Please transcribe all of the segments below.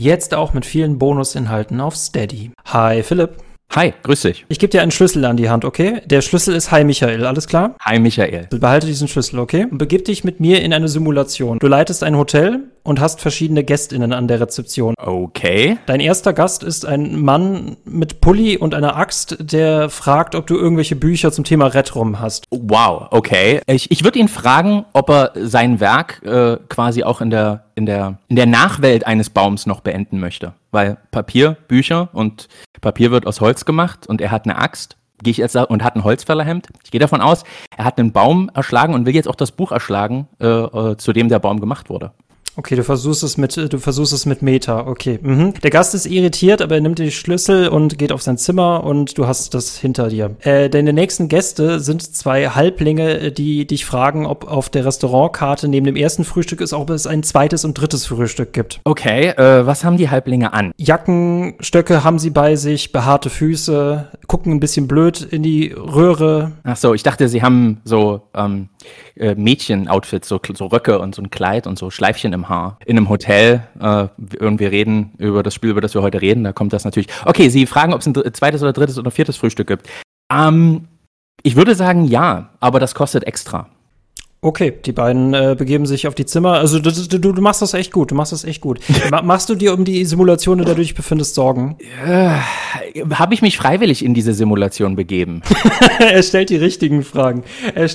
Jetzt auch mit vielen Bonusinhalten auf Steady. Hi Philipp. Hi, grüß dich. Ich gebe dir einen Schlüssel an die Hand, okay? Der Schlüssel ist Hi Michael, alles klar? Hi Michael. Behalte diesen Schlüssel, okay? Und begib dich mit mir in eine Simulation. Du leitest ein Hotel und hast verschiedene GästInnen an der Rezeption. Okay. Dein erster Gast ist ein Mann mit Pulli und einer Axt, der fragt, ob du irgendwelche Bücher zum Thema Retrum hast. Wow, okay. Ich würde ihn fragen, ob er sein Werk quasi auch in der Nachwelt eines Baums noch beenden möchte. Weil Papier, Bücher und Papier wird aus Holz gemacht und er hat eine Axt. Und hat ein Holzfällerhemd. Ich gehe davon aus, er hat einen Baum erschlagen und will jetzt auch das Buch erschlagen, zu dem der Baum gemacht wurde. Okay, du versuchst es mit Meta, okay. Mhm. Der Gast ist irritiert, aber er nimmt die Schlüssel und geht auf sein Zimmer und du hast das hinter dir. Deine nächsten Gäste sind zwei Halblinge, die dich fragen, ob auf der Restaurantkarte neben dem ersten Frühstück ist, ob es ein zweites und drittes Frühstück gibt. Okay, was haben die Halblinge an? Jacken, Stöcke haben sie bei sich, behaarte Füße, gucken ein bisschen blöd in die Röhre. Ach so, ich dachte, sie haben so Mädchen-Outfits, so Röcke und so ein Kleid und so Schleifchen im Haar. In einem Hotel, und wir reden über das Spiel, über das wir heute reden, da kommt das natürlich. Okay, Sie fragen, ob es ein zweites oder drittes oder viertes Frühstück gibt. Ich würde sagen, ja, aber das kostet extra. Okay, die beiden begeben sich auf die Zimmer. Also du machst das echt gut, Machst du dir um die Simulation, in der du dich befindest, Sorgen? Habe ich mich freiwillig in diese Simulation begeben? Er stellt die richtigen Fragen.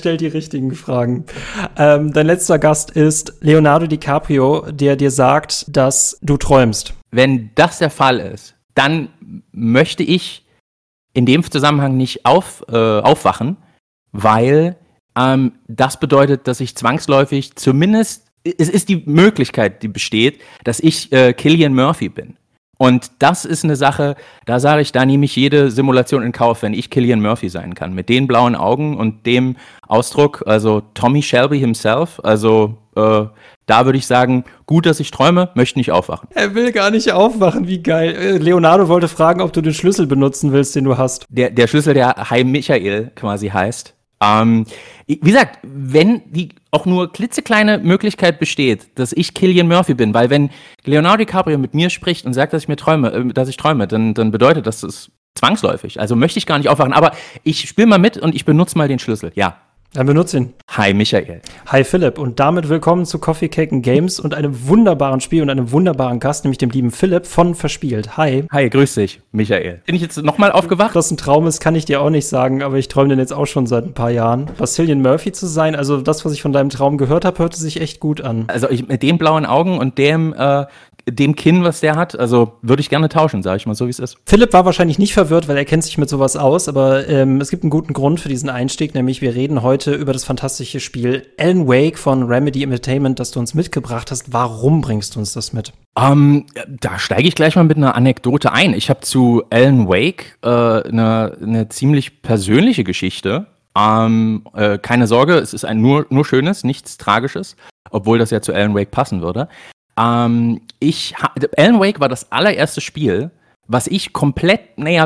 Dein letzter Gast ist Leonardo DiCaprio, der dir sagt, dass du träumst. Wenn das der Fall ist, dann möchte ich in dem Zusammenhang nicht aufwachen, weil das bedeutet, dass ich zwangsläufig zumindest, es ist die Möglichkeit, die besteht, dass ich Cillian Murphy bin. Und das ist eine Sache, da sage ich, da nehme ich jede Simulation in Kauf, wenn ich Cillian Murphy sein kann. Mit den blauen Augen und dem Ausdruck, also Tommy Shelby himself, also da würde ich sagen, gut, dass ich träume, möchte nicht aufwachen. Er will gar nicht aufwachen, wie geil. Leonardo wollte fragen, ob du den Schlüssel benutzen willst, den du hast. Der Schlüssel, der Hi Michael quasi heißt. Wie gesagt, wenn die auch nur klitzekleine Möglichkeit besteht, dass ich Cillian Murphy bin, weil wenn Leonardo DiCaprio mit mir spricht und sagt, dass ich träume, dann bedeutet das zwangsläufig. Also möchte ich gar nicht aufwachen, aber ich spiele mal mit und ich benutze mal den Schlüssel, ja. Dann benutze ihn. Hi Michael. Hi Philipp und damit willkommen zu Coffee, Cake and Games und einem wunderbaren Spiel und einem wunderbaren Gast, nämlich dem lieben Philipp von Verspielt. Hi. Hi, grüß dich, Michael. Bin ich jetzt nochmal aufgewacht? Was ein Traum ist, kann ich dir auch nicht sagen, aber ich träume den jetzt auch schon seit ein paar Jahren. Was Cillian Murphy zu sein, also das, was ich von deinem Traum gehört habe, hörte sich echt gut an. Also mit den blauen Augen und dem Kinn, was der hat, also würde ich gerne tauschen, sage ich mal so, wie es ist. Philipp war wahrscheinlich nicht verwirrt, weil er kennt sich mit sowas aus, aber es gibt einen guten Grund für diesen Einstieg, nämlich wir reden heute über das fantastische Spiel Alan Wake von Remedy Entertainment, das du uns mitgebracht hast. Warum bringst du uns das mit? Da steige ich gleich mal mit einer Anekdote ein. Ich habe zu Alan Wake eine ziemlich persönliche Geschichte. Keine Sorge, es ist ein nur Schönes, nichts Tragisches, obwohl das ja zu Alan Wake passen würde. Alan Wake war das allererste Spiel, was ich komplett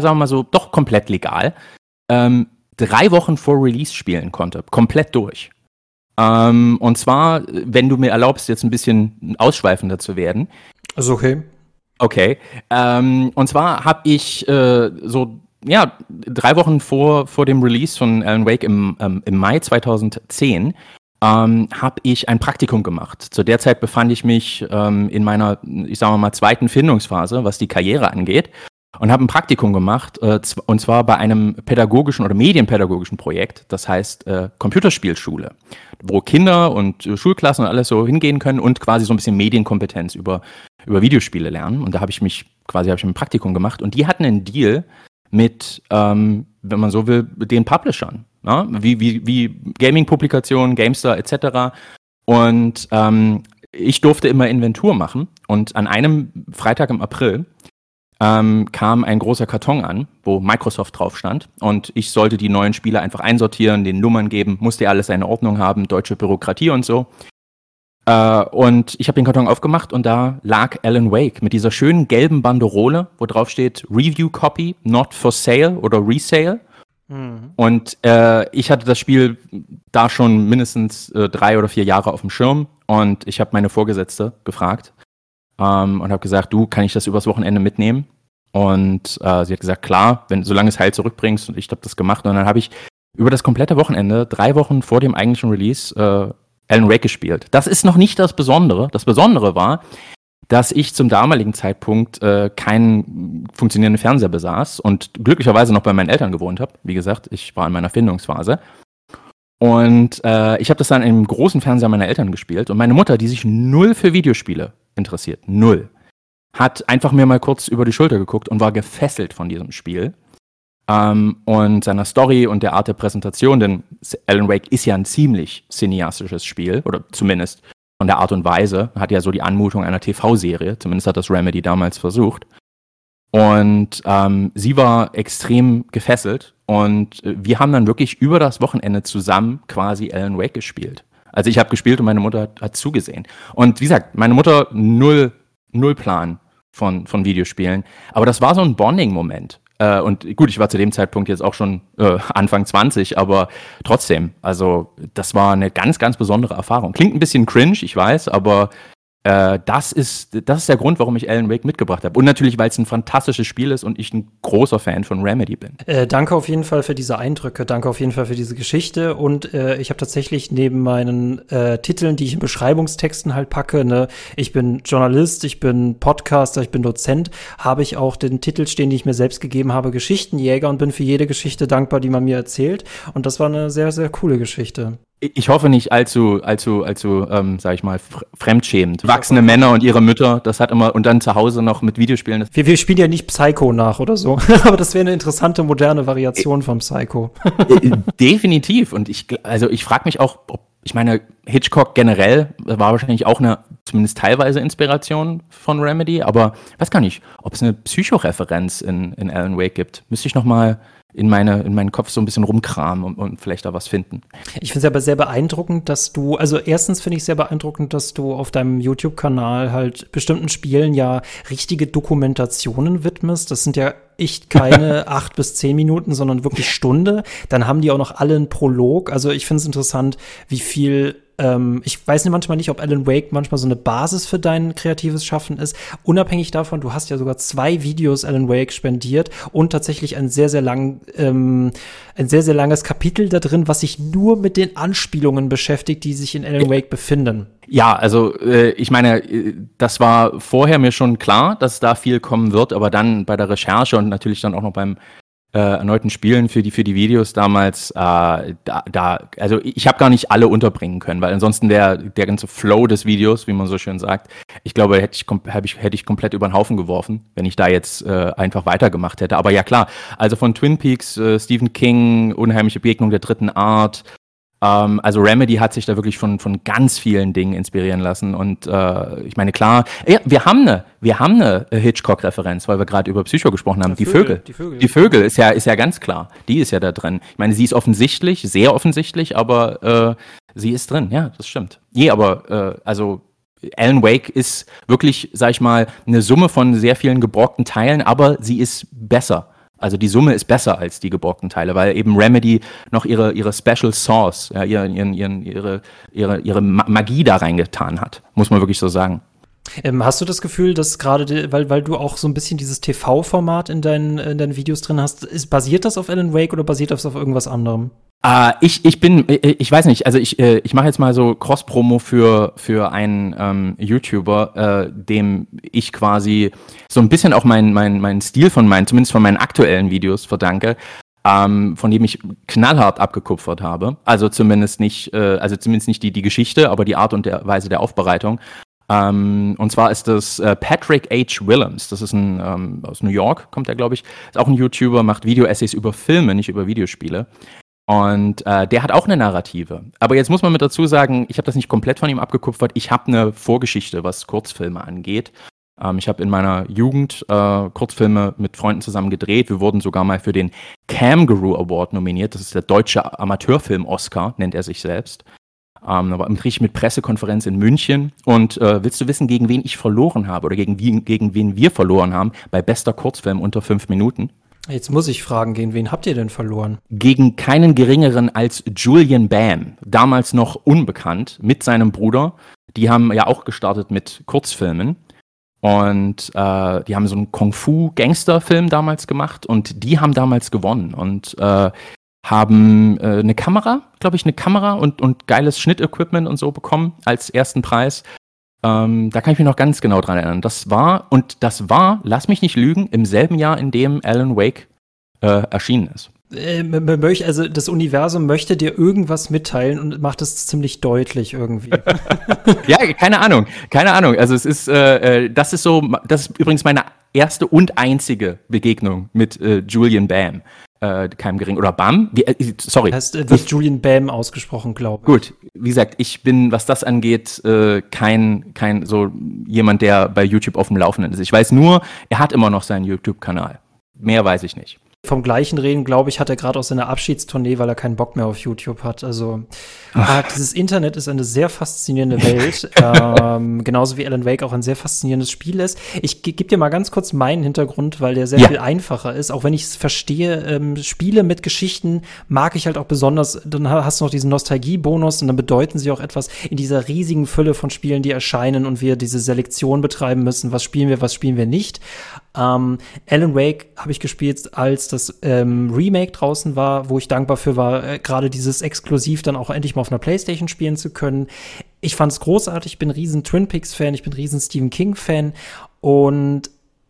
legal, 3 Wochen vor Release spielen konnte. Komplett durch. Und zwar, wenn du mir erlaubst, jetzt ein bisschen ausschweifender zu werden. Ist okay. Okay. Und zwar habe ich 3 Wochen vor dem Release von Alan Wake im Mai 2010 habe ich ein Praktikum gemacht. Zu der Zeit befand ich mich in meiner, ich sage mal, zweiten Findungsphase, was die Karriere angeht, und habe ein Praktikum gemacht, und zwar bei einem pädagogischen oder medienpädagogischen Projekt, das heißt Computerspielschule, wo Kinder und Schulklassen und alles so hingehen können und quasi so ein bisschen Medienkompetenz über Videospiele lernen. Und da habe ich ein Praktikum gemacht und die hatten einen Deal mit, wenn man so will, den Publishern. Ja, wie Gaming-Publikationen, GameStar etc. Und ich durfte immer Inventur machen. Und an einem Freitag im April kam ein großer Karton an, wo Microsoft drauf stand. Und ich sollte die neuen Spiele einfach einsortieren, den Nummern geben, musste ja alles seine Ordnung haben, deutsche Bürokratie und so. Und ich habe den Karton aufgemacht und da lag Alan Wake mit dieser schönen gelben Banderole, wo drauf steht Review Copy, not for sale oder Resale. Und ich hatte das Spiel da schon mindestens 3 oder 4 Jahre auf dem Schirm und ich habe meine Vorgesetzte gefragt, und habe gesagt, du, kann ich das übers Wochenende mitnehmen? Und sie hat gesagt, klar, solange es heil zurückbringst. Und ich habe das gemacht. Und dann habe ich über das komplette Wochenende, 3 Wochen vor dem eigentlichen Release, Alan Wake gespielt. Das ist noch nicht das Besondere. Das Besondere war, dass ich zum damaligen Zeitpunkt keinen funktionierenden Fernseher besaß und glücklicherweise noch bei meinen Eltern gewohnt habe. Wie gesagt, ich war in meiner Findungsphase. Und ich habe das dann im großen Fernseher meiner Eltern gespielt. Und meine Mutter, die sich null für Videospiele interessiert, null, hat einfach mir mal kurz über die Schulter geguckt und war gefesselt von diesem Spiel. Und seiner Story und der Art der Präsentation, denn Alan Wake ist ja ein ziemlich cineastisches Spiel, oder zumindest von der Art und Weise, hat ja so die Anmutung einer TV-Serie, zumindest hat das Remedy damals versucht. Und sie war extrem gefesselt und wir haben dann wirklich über das Wochenende zusammen quasi Alan Wake gespielt. Also ich habe gespielt und meine Mutter hat zugesehen. Und wie gesagt, meine Mutter null Plan von Videospielen, aber das war so ein Bonding-Moment. Und gut, ich war zu dem Zeitpunkt jetzt auch schon Anfang 20, aber trotzdem, also das war eine ganz, ganz besondere Erfahrung. Klingt ein bisschen cringe, ich weiß, aber das ist der Grund, warum ich Alan Wake mitgebracht habe. Und natürlich, weil es ein fantastisches Spiel ist und ich ein großer Fan von Remedy bin. Danke auf jeden Fall für diese Eindrücke, danke auf jeden Fall für diese Geschichte. Und ich habe tatsächlich neben meinen Titeln, die ich in Beschreibungstexten halt packe, ne, ich bin Journalist, ich bin Podcaster, ich bin Dozent, habe ich auch den Titel stehen, den ich mir selbst gegeben habe, Geschichtenjäger, und bin für jede Geschichte dankbar, die man mir erzählt. Und das war eine sehr, sehr coole Geschichte. Ich hoffe nicht allzu, sag ich mal, fremdschämend. Wachsende Männer und ihre Mütter, das hat immer, und dann zu Hause noch mit Videospielen. Wir spielen ja nicht Psycho nach oder so, aber das wäre eine interessante, moderne Variation vom Psycho. Definitiv. Und ich frage mich auch, ich meine, Hitchcock generell war wahrscheinlich auch eine, zumindest teilweise Inspiration von Remedy, aber ich weiß gar nicht, ob es eine Psychoreferenz in Alan Wake gibt. Müsste ich noch mal in meinen Kopf so ein bisschen rumkramen und vielleicht da was finden. Ich finde es aber sehr beeindruckend, dass du, also erstens finde ich sehr beeindruckend, dass du auf deinem YouTube-Kanal halt bestimmten Spielen ja richtige Dokumentationen widmest. Das sind ja echt keine 8 bis 10 Minuten, sondern wirklich Stunde. Dann haben die auch noch alle einen Prolog. Also ich finde es interessant, wie viel ich weiß manchmal nicht, ob Alan Wake manchmal so eine Basis für dein kreatives Schaffen ist. Unabhängig davon, du hast ja sogar 2 Videos Alan Wake spendiert und tatsächlich ein sehr, sehr langes Kapitel da drin, was sich nur mit den Anspielungen beschäftigt, die sich in Alan Wake befinden. Ja, also ich meine, das war vorher mir schon klar, dass da viel kommen wird, aber dann bei der Recherche und natürlich dann auch noch beim erneuten Spielen für die Videos damals, also ich habe gar nicht alle unterbringen können, weil ansonsten wäre der ganze Flow des Videos, wie man so schön sagt, ich glaube, hätte ich komplett über den Haufen geworfen, wenn ich da jetzt einfach weitergemacht hätte. Aber ja klar, also von Twin Peaks, Stephen King, Unheimliche Begegnung der dritten Art, also Remedy hat sich da wirklich von ganz vielen Dingen inspirieren lassen und ich meine, klar, ja, wir haben eine Hitchcock-Referenz, weil wir gerade über Psycho gesprochen haben. Die Vögel ist ja ganz klar. Die ist ja da drin. Ich meine, sie ist offensichtlich, sehr offensichtlich, aber sie ist drin. Ja, das stimmt. Also Alan Wake ist wirklich, sag ich mal, eine Summe von sehr vielen gebrockten Teilen, aber sie ist besser. Also die Summe ist besser als die gebrockten Teile, weil eben Remedy noch ihre Special Sauce, ja, ihre Magie da reingetan hat, muss man wirklich so sagen. Hast du das Gefühl, dass gerade, weil du auch so ein bisschen dieses TV-Format in deinen Videos drin hast, basiert das auf Alan Wake oder basiert das auf irgendwas anderem? Ich weiß nicht, also ich mache jetzt mal so Cross-Promo für einen YouTuber, dem ich quasi so ein bisschen auch meinen Stil zumindest von meinen aktuellen Videos verdanke, von dem ich knallhart abgekupfert habe. Also zumindest nicht die Geschichte, aber die Art und der Weise der Aufbereitung. Und zwar ist das Patrick H. Willems. Das ist aus New York, kommt er, glaube ich. Ist auch ein YouTuber, macht Video-Essays über Filme, nicht über Videospiele. Und der hat auch eine Narrative. Aber jetzt muss man mit dazu sagen, ich habe das nicht komplett von ihm abgekupfert. Ich habe eine Vorgeschichte, was Kurzfilme angeht. Ich habe in meiner Jugend Kurzfilme mit Freunden zusammen gedreht. Wir wurden sogar mal für den Camguru Award nominiert. Das ist der deutsche Amateurfilm-Oscar, nennt er sich selbst. Da war richtig mit Pressekonferenz in München. Und willst du wissen, gegen wen ich verloren habe oder gegen wen wir verloren haben bei bester Kurzfilm unter 5 Minuten? Jetzt muss ich fragen, gegen wen habt ihr denn verloren? Gegen keinen geringeren als Julian Bam, damals noch unbekannt, mit seinem Bruder. Die haben ja auch gestartet mit Kurzfilmen. Und die haben so einen Kung-Fu-Gangster-Film damals gemacht und die haben damals gewonnen und haben eine Kamera und geiles Schnittequipment und so bekommen als ersten Preis. Da kann ich mich noch ganz genau dran erinnern. Das war, lass mich nicht lügen, im selben Jahr, in dem Alan Wake erschienen ist. Also das Universum möchte dir irgendwas mitteilen und macht es ziemlich deutlich irgendwie. Ja, keine Ahnung. Also es ist, das ist übrigens meine erste und einzige Begegnung mit Julian Bam. Keinem gering. Oder Bam? Sorry. Wird Julian Bam ausgesprochen, glaube ich. Gut, wie gesagt, ich bin, was das angeht, kein so jemand, der bei YouTube auf dem Laufenden ist. Ich weiß nur, er hat immer noch seinen YouTube-Kanal. Mehr weiß ich nicht. Vom Gleichen reden, glaube ich, hat er gerade aus seiner Abschiedstournee, weil er keinen Bock mehr auf YouTube hat. Also dieses Internet ist eine sehr faszinierende Welt. Genauso wie Alan Wake auch ein sehr faszinierendes Spiel ist. Ich gebe dir mal ganz kurz meinen Hintergrund, weil der sehr viel einfacher ist. Auch wenn ich es verstehe, Spiele mit Geschichten mag ich halt auch besonders. Dann hast du noch diesen Nostalgie-Bonus und dann bedeuten sie auch etwas in dieser riesigen Fülle von Spielen, die erscheinen und wir diese Selektion betreiben müssen. Was spielen wir nicht? Alan Wake habe ich gespielt, als das Remake draußen war, wo ich dankbar für war, gerade dieses exklusiv dann auch endlich mal auf einer PlayStation spielen zu können. Ich fand es großartig, ich bin ein riesen Twin Peaks-Fan, ich bin ein riesen Stephen King-Fan und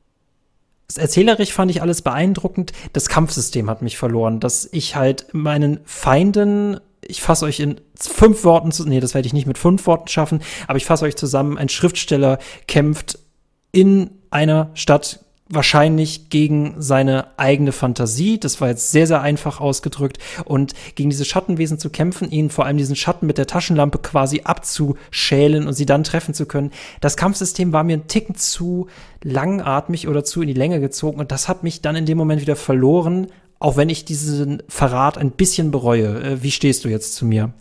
erzählerisch fand ich alles beeindruckend. Das Kampfsystem hat mich verloren, dass ich halt meinen Feinden, ich fasse euch in 5 Worten das werde ich nicht mit 5 Worten schaffen, aber ich fasse euch zusammen, ein Schriftsteller kämpft in einer Stadt wahrscheinlich gegen seine eigene Fantasie. Das war jetzt sehr, sehr einfach ausgedrückt. Und gegen diese Schattenwesen zu kämpfen, ihnen vor allem diesen Schatten mit der Taschenlampe quasi abzuschälen und sie dann treffen zu können. Das Kampfsystem war mir ein Ticken zu langatmig oder zu in die Länge gezogen. Und das hat mich dann in dem Moment wieder verloren, auch wenn ich diesen Verrat ein bisschen bereue. Wie stehst du jetzt zu mir?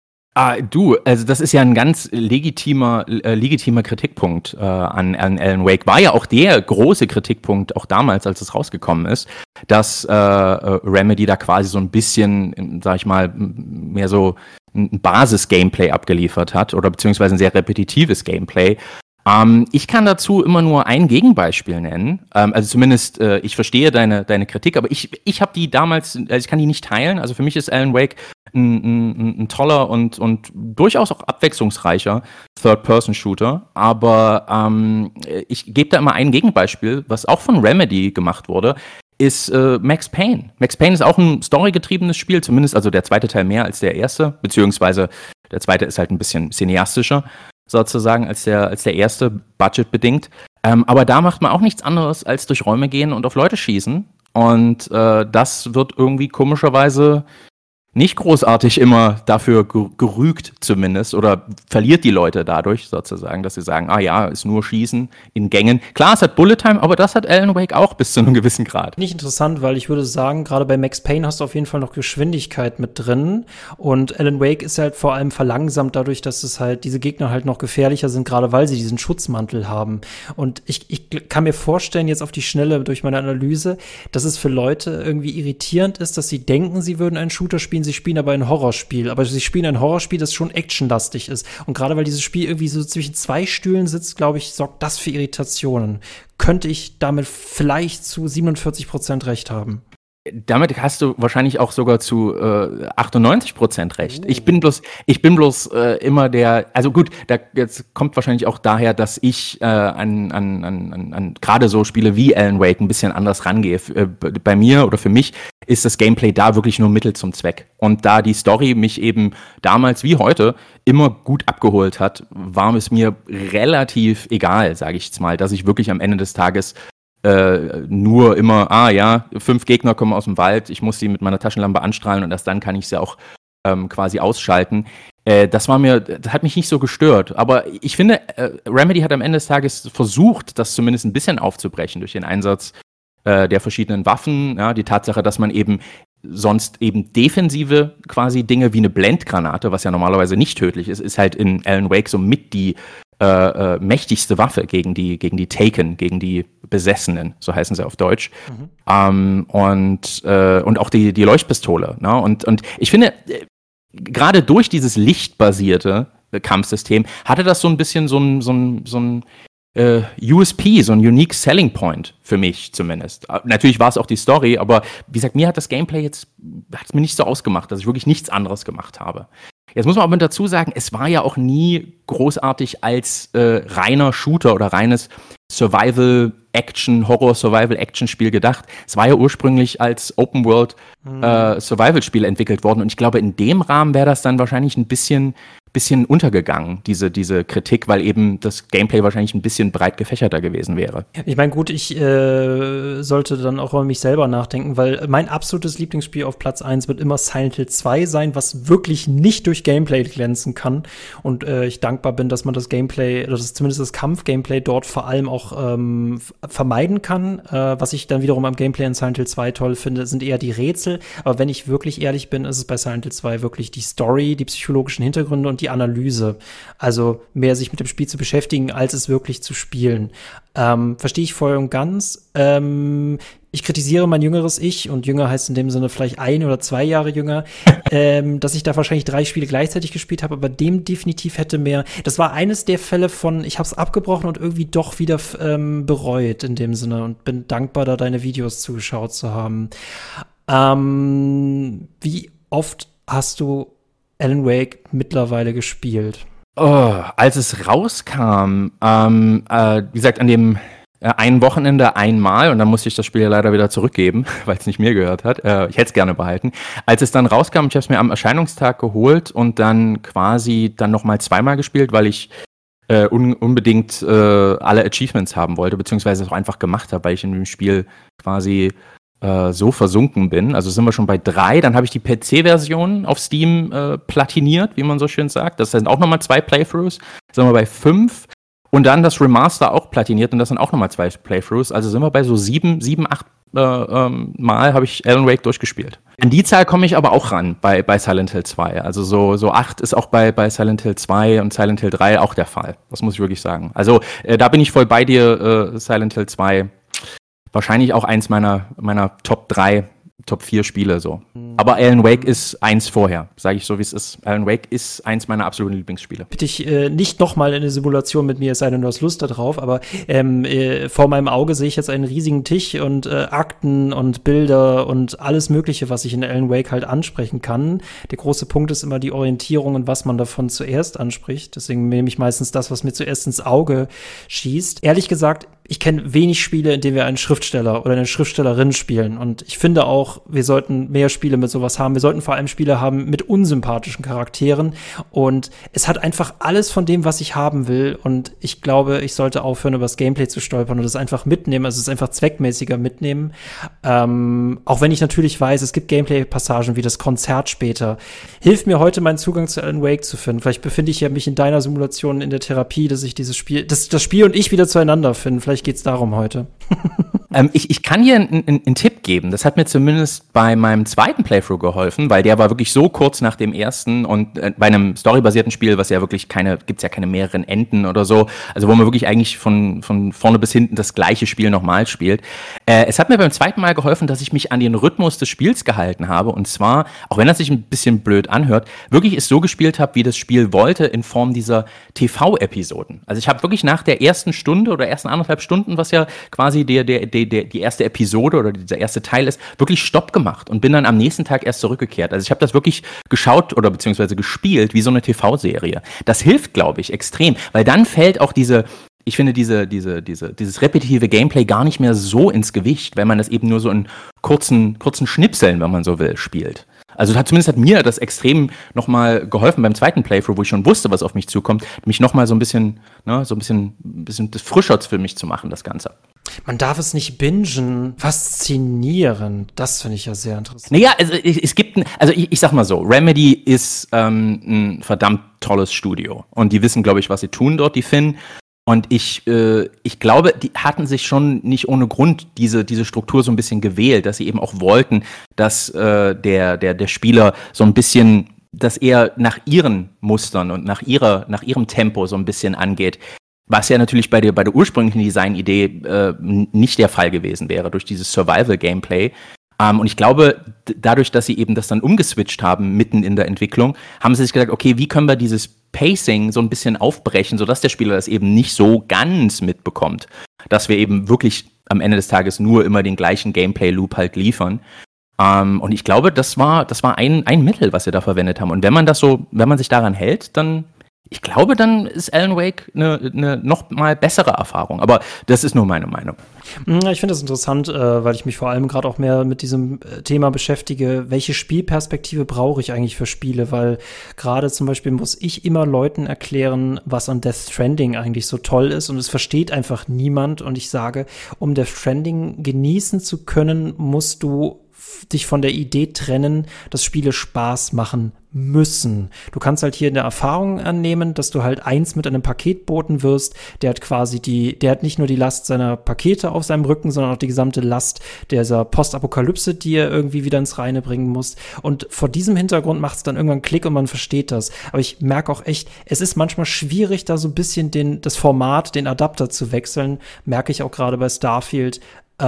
Also das ist ja ein ganz legitimer Kritikpunkt an Alan Wake. War ja auch der große Kritikpunkt, auch damals, als es rausgekommen ist, dass Remedy da quasi so ein bisschen, sag ich mal, mehr so ein Basis-Gameplay abgeliefert hat oder beziehungsweise ein sehr repetitives Gameplay. Ich kann dazu immer nur ein Gegenbeispiel nennen. Also zumindest, ich verstehe deine Kritik, aber ich habe die damals, ich kann die nicht teilen. Also für mich ist Alan Wake ein toller und durchaus auch abwechslungsreicher Third-Person-Shooter. Aber ich gebe da immer ein Gegenbeispiel, was auch von Remedy gemacht wurde, ist Max Payne. Max Payne ist auch ein storygetriebenes Spiel, zumindest also der zweite Teil mehr als der erste, beziehungsweise der zweite ist halt ein bisschen cineastischer sozusagen als der erste, budgetbedingt. Aber da macht man auch nichts anderes, als durch Räume gehen und auf Leute schießen. Und das wird irgendwie komischerweise nicht großartig immer dafür gerügt zumindest oder verliert die Leute dadurch sozusagen, dass sie sagen, ist nur Schießen in Gängen. Klar, es hat Bullet Time, aber das hat Alan Wake auch bis zu einem gewissen Grad. Nicht interessant, weil ich würde sagen, gerade bei Max Payne hast du auf jeden Fall noch Geschwindigkeit mit drin und Alan Wake ist halt vor allem verlangsamt dadurch, dass es halt diese Gegner halt noch gefährlicher sind, gerade weil sie diesen Schutzmantel haben. Und ich kann mir vorstellen, jetzt auf die Schnelle durch meine Analyse, dass es für Leute irgendwie irritierend ist, dass sie denken, sie würden einen Shooter spielen, sie spielen aber ein Horrorspiel. Aber sie spielen ein Horrorspiel, das schon actionlastig ist. Und gerade weil dieses Spiel irgendwie so zwischen 2 Stühlen sitzt, glaube ich, sorgt das für Irritationen. Könnte ich damit vielleicht zu 47% recht haben. Damit hast du wahrscheinlich auch sogar zu 98% recht. Ich bin bloß immer der, also gut, jetzt kommt wahrscheinlich auch daher, dass ich an gerade so Spiele wie Alan Wake ein bisschen anders rangehe. Bei mir oder für mich ist das Gameplay da wirklich nur Mittel zum Zweck. Und da die Story mich eben damals wie heute immer gut abgeholt hat, war es mir relativ egal, sage ich jetzt mal, dass ich wirklich am Ende des Tages nur immer, 5 Gegner kommen aus dem Wald, ich muss sie mit meiner Taschenlampe anstrahlen und erst dann kann ich sie auch quasi ausschalten. Das hat mich nicht so gestört. Aber ich finde, Remedy hat am Ende des Tages versucht, das zumindest ein bisschen aufzubrechen durch den Einsatz der verschiedenen Waffen, ja, die Tatsache, dass man eben sonst eben defensive quasi Dinge wie eine Blendgranate, was ja normalerweise nicht tödlich ist halt in Alan Wake so mit die mächtigste Waffe gegen die Taken, gegen die Besessenen, so heißen sie auf Deutsch. Und auch die Leuchtpistole. Ne? Und ich finde, gerade durch dieses lichtbasierte Kampfsystem hatte das so ein bisschen so ein USP, so ein Unique Selling Point für mich zumindest. Natürlich war es auch die Story, aber wie gesagt, mir hat das Gameplay hat es mir nicht so ausgemacht, dass ich wirklich nichts anderes gemacht habe. Jetzt muss man aber dazu sagen, es war ja auch nie großartig als reiner Shooter oder reines Horror-Survival-Action-Spiel gedacht. Es war ja ursprünglich als Open-World-Survival-Spiel entwickelt worden und ich glaube, in dem Rahmen wäre das dann wahrscheinlich ein bisschen untergegangen, diese Kritik, weil eben das Gameplay wahrscheinlich ein bisschen breit gefächerter gewesen wäre. Ich meine, gut, ich sollte dann auch über mich selber nachdenken, weil mein absolutes Lieblingsspiel auf Platz 1 wird immer Silent Hill 2 sein, was wirklich nicht durch Gameplay glänzen kann. Und ich dankbar bin, dass man das Gameplay, oder dass zumindest das Kampf-Gameplay dort vor allem auch vermeiden kann. Was ich dann wiederum am Gameplay in Silent Hill 2 toll finde, sind eher die Rätsel. Aber wenn ich wirklich ehrlich bin, ist es bei Silent Hill 2 wirklich die Story, die psychologischen Hintergründe und die Analyse. Also mehr sich mit dem Spiel zu beschäftigen, als es wirklich zu spielen. Verstehe ich voll und ganz. Ich kritisiere mein jüngeres Ich, und jünger heißt in dem Sinne vielleicht 1 oder 2 Jahre jünger, dass ich da wahrscheinlich 3 Spiele gleichzeitig gespielt habe, aber dem definitiv hätte mehr. Das war eines der Fälle von, ich habe es abgebrochen und irgendwie doch wieder bereut in dem Sinne und bin dankbar, da deine Videos zugeschaut zu haben. Wie oft hast du Alan Wake mittlerweile gespielt? Als es rauskam, wie gesagt, an dem einen Wochenende einmal, und dann musste ich das Spiel ja leider wieder zurückgeben, weil es nicht mir gehört hat. Ich hätte es gerne behalten. Als es dann rauskam, ich habe es mir am Erscheinungstag geholt und dann quasi dann nochmal zweimal gespielt, weil ich unbedingt alle Achievements haben wollte, beziehungsweise es auch einfach gemacht habe, weil ich in dem Spiel quasi so versunken bin. Also sind wir schon bei 3. Dann habe ich die PC-Version auf Steam platiniert, wie man so schön sagt. Das sind auch nochmal 2 Playthroughs. Sind wir bei 5. Und dann das Remaster auch platiniert und das sind auch nochmal 2 Playthroughs. Also sind wir bei so 7, 8 Mal habe ich Alan Wake durchgespielt. An die Zahl komme ich aber auch ran bei Silent Hill 2. Also so 8 ist auch bei Silent Hill 2 und Silent Hill 3 auch der Fall. Das muss ich wirklich sagen. Also da bin ich voll bei dir, Silent Hill 2. Wahrscheinlich auch eins meiner Top 3, Top 4 Spiele so. Aber Alan Wake ist eins vorher, sage ich so, wie es ist. Alan Wake ist eins meiner absoluten Lieblingsspiele. Bitte ich nicht nochmal in eine Simulation mit mir, es sei denn, du hast Lust da drauf, aber vor meinem Auge sehe ich jetzt einen riesigen Tisch und Akten und Bilder und alles Mögliche, was ich in Alan Wake halt ansprechen kann. Der große Punkt ist immer die Orientierung und was man davon zuerst anspricht. Deswegen nehme ich meistens das, was mir zuerst ins Auge schießt. Ehrlich gesagt, ich kenne wenig Spiele, in denen wir einen Schriftsteller oder eine Schriftstellerin spielen. Und ich finde auch, wir sollten mehr Spiele mit sowas haben. Wir sollten vor allem Spiele haben mit unsympathischen Charakteren. Und es hat einfach alles von dem, was ich haben will. Und ich glaube, ich sollte aufhören, über das Gameplay zu stolpern und es einfach mitnehmen. Also es ist einfach zweckmäßiger mitnehmen. Auch wenn ich natürlich weiß, es gibt Gameplay-Passagen wie das Konzert später. Hilft mir heute, meinen Zugang zu Alan Wake zu finden. Vielleicht befinde ich ja mich in deiner Simulation in der Therapie, dass ich das Spiel und ich wieder zueinander finden. Vielleicht geht's darum heute. Ich kann hier einen Tipp geben. Das hat mir zumindest bei meinem zweiten Playthrough geholfen, weil der war wirklich so kurz nach dem ersten und bei einem storybasierten Spiel, was ja wirklich gibt's ja keine mehreren Enden oder so, also wo man wirklich eigentlich von vorne bis hinten das gleiche Spiel nochmal spielt. Es hat mir beim zweiten Mal geholfen, dass ich mich an den Rhythmus des Spiels gehalten habe und zwar, auch wenn das sich ein bisschen blöd anhört, wirklich es so gespielt habe, wie das Spiel wollte, in Form dieser TV-Episoden. Also ich habe wirklich nach der ersten Stunde oder ersten 1,5 Stunden, was ja quasi die erste Episode oder dieser erste Teil ist, wirklich Stopp gemacht und bin dann am nächsten Tag erst zurückgekehrt. Also ich habe das wirklich geschaut oder beziehungsweise gespielt wie so eine TV-Serie. Das hilft, glaube ich, extrem, weil dann fällt auch dieses repetitive Gameplay gar nicht mehr so ins Gewicht, wenn man das eben nur so in kurzen Schnipseln, wenn man so will, spielt. Also zumindest hat mir das extrem nochmal geholfen beim zweiten Playthrough, wo ich schon wusste, was auf mich zukommt, mich nochmal so ein bisschen das frischer für mich zu machen, das Ganze. Man darf es nicht bingen. Faszinierend. Das finde ich ja sehr interessant. Naja, also ich sag mal so, Remedy ist ein verdammt tolles Studio. Und die wissen, glaube ich, was sie tun dort, die Finn. Und ich glaube, die hatten sich schon nicht ohne Grund diese Struktur so ein bisschen gewählt, dass sie eben auch wollten, dass der Spieler so ein bisschen, dass er nach ihren Mustern und nach ihrem Tempo so ein bisschen angeht. Was ja natürlich bei der ursprünglichen Designidee nicht der Fall gewesen wäre, durch dieses Survival-Gameplay. Und ich glaube, dadurch, dass sie eben das dann umgeswitcht haben, mitten in der Entwicklung, haben sie sich gesagt, okay, wie können wir dieses Pacing so ein bisschen aufbrechen, sodass der Spieler das eben nicht so ganz mitbekommt, dass wir eben wirklich am Ende des Tages nur immer den gleichen Gameplay-Loop halt liefern. Und ich glaube, das war ein Mittel, was wir da verwendet haben. Und wenn man sich daran hält, dann ist Alan Wake eine noch mal bessere Erfahrung. Aber das ist nur meine Meinung. Ich finde das interessant, weil ich mich vor allem gerade auch mehr mit diesem Thema beschäftige. Welche Spielperspektive brauche ich eigentlich für Spiele? Weil gerade zum Beispiel muss ich immer Leuten erklären, was an Death Stranding eigentlich so toll ist. Und es versteht einfach niemand. Und ich sage, um Death Stranding genießen zu können, musst du dich von der Idee trennen, dass Spiele Spaß machen müssen. Du kannst halt hier eine Erfahrung annehmen, dass du halt mit einem Paketboten wirst, der hat nicht nur die Last seiner Pakete auf seinem Rücken, sondern auch die gesamte Last dieser Postapokalypse, die er irgendwie wieder ins Reine bringen muss. Und vor diesem Hintergrund macht es dann irgendwann Klick und man versteht das. Aber ich merke auch echt, es ist manchmal schwierig, da so ein bisschen das Format, den Adapter zu wechseln. Merke ich auch gerade bei Starfield.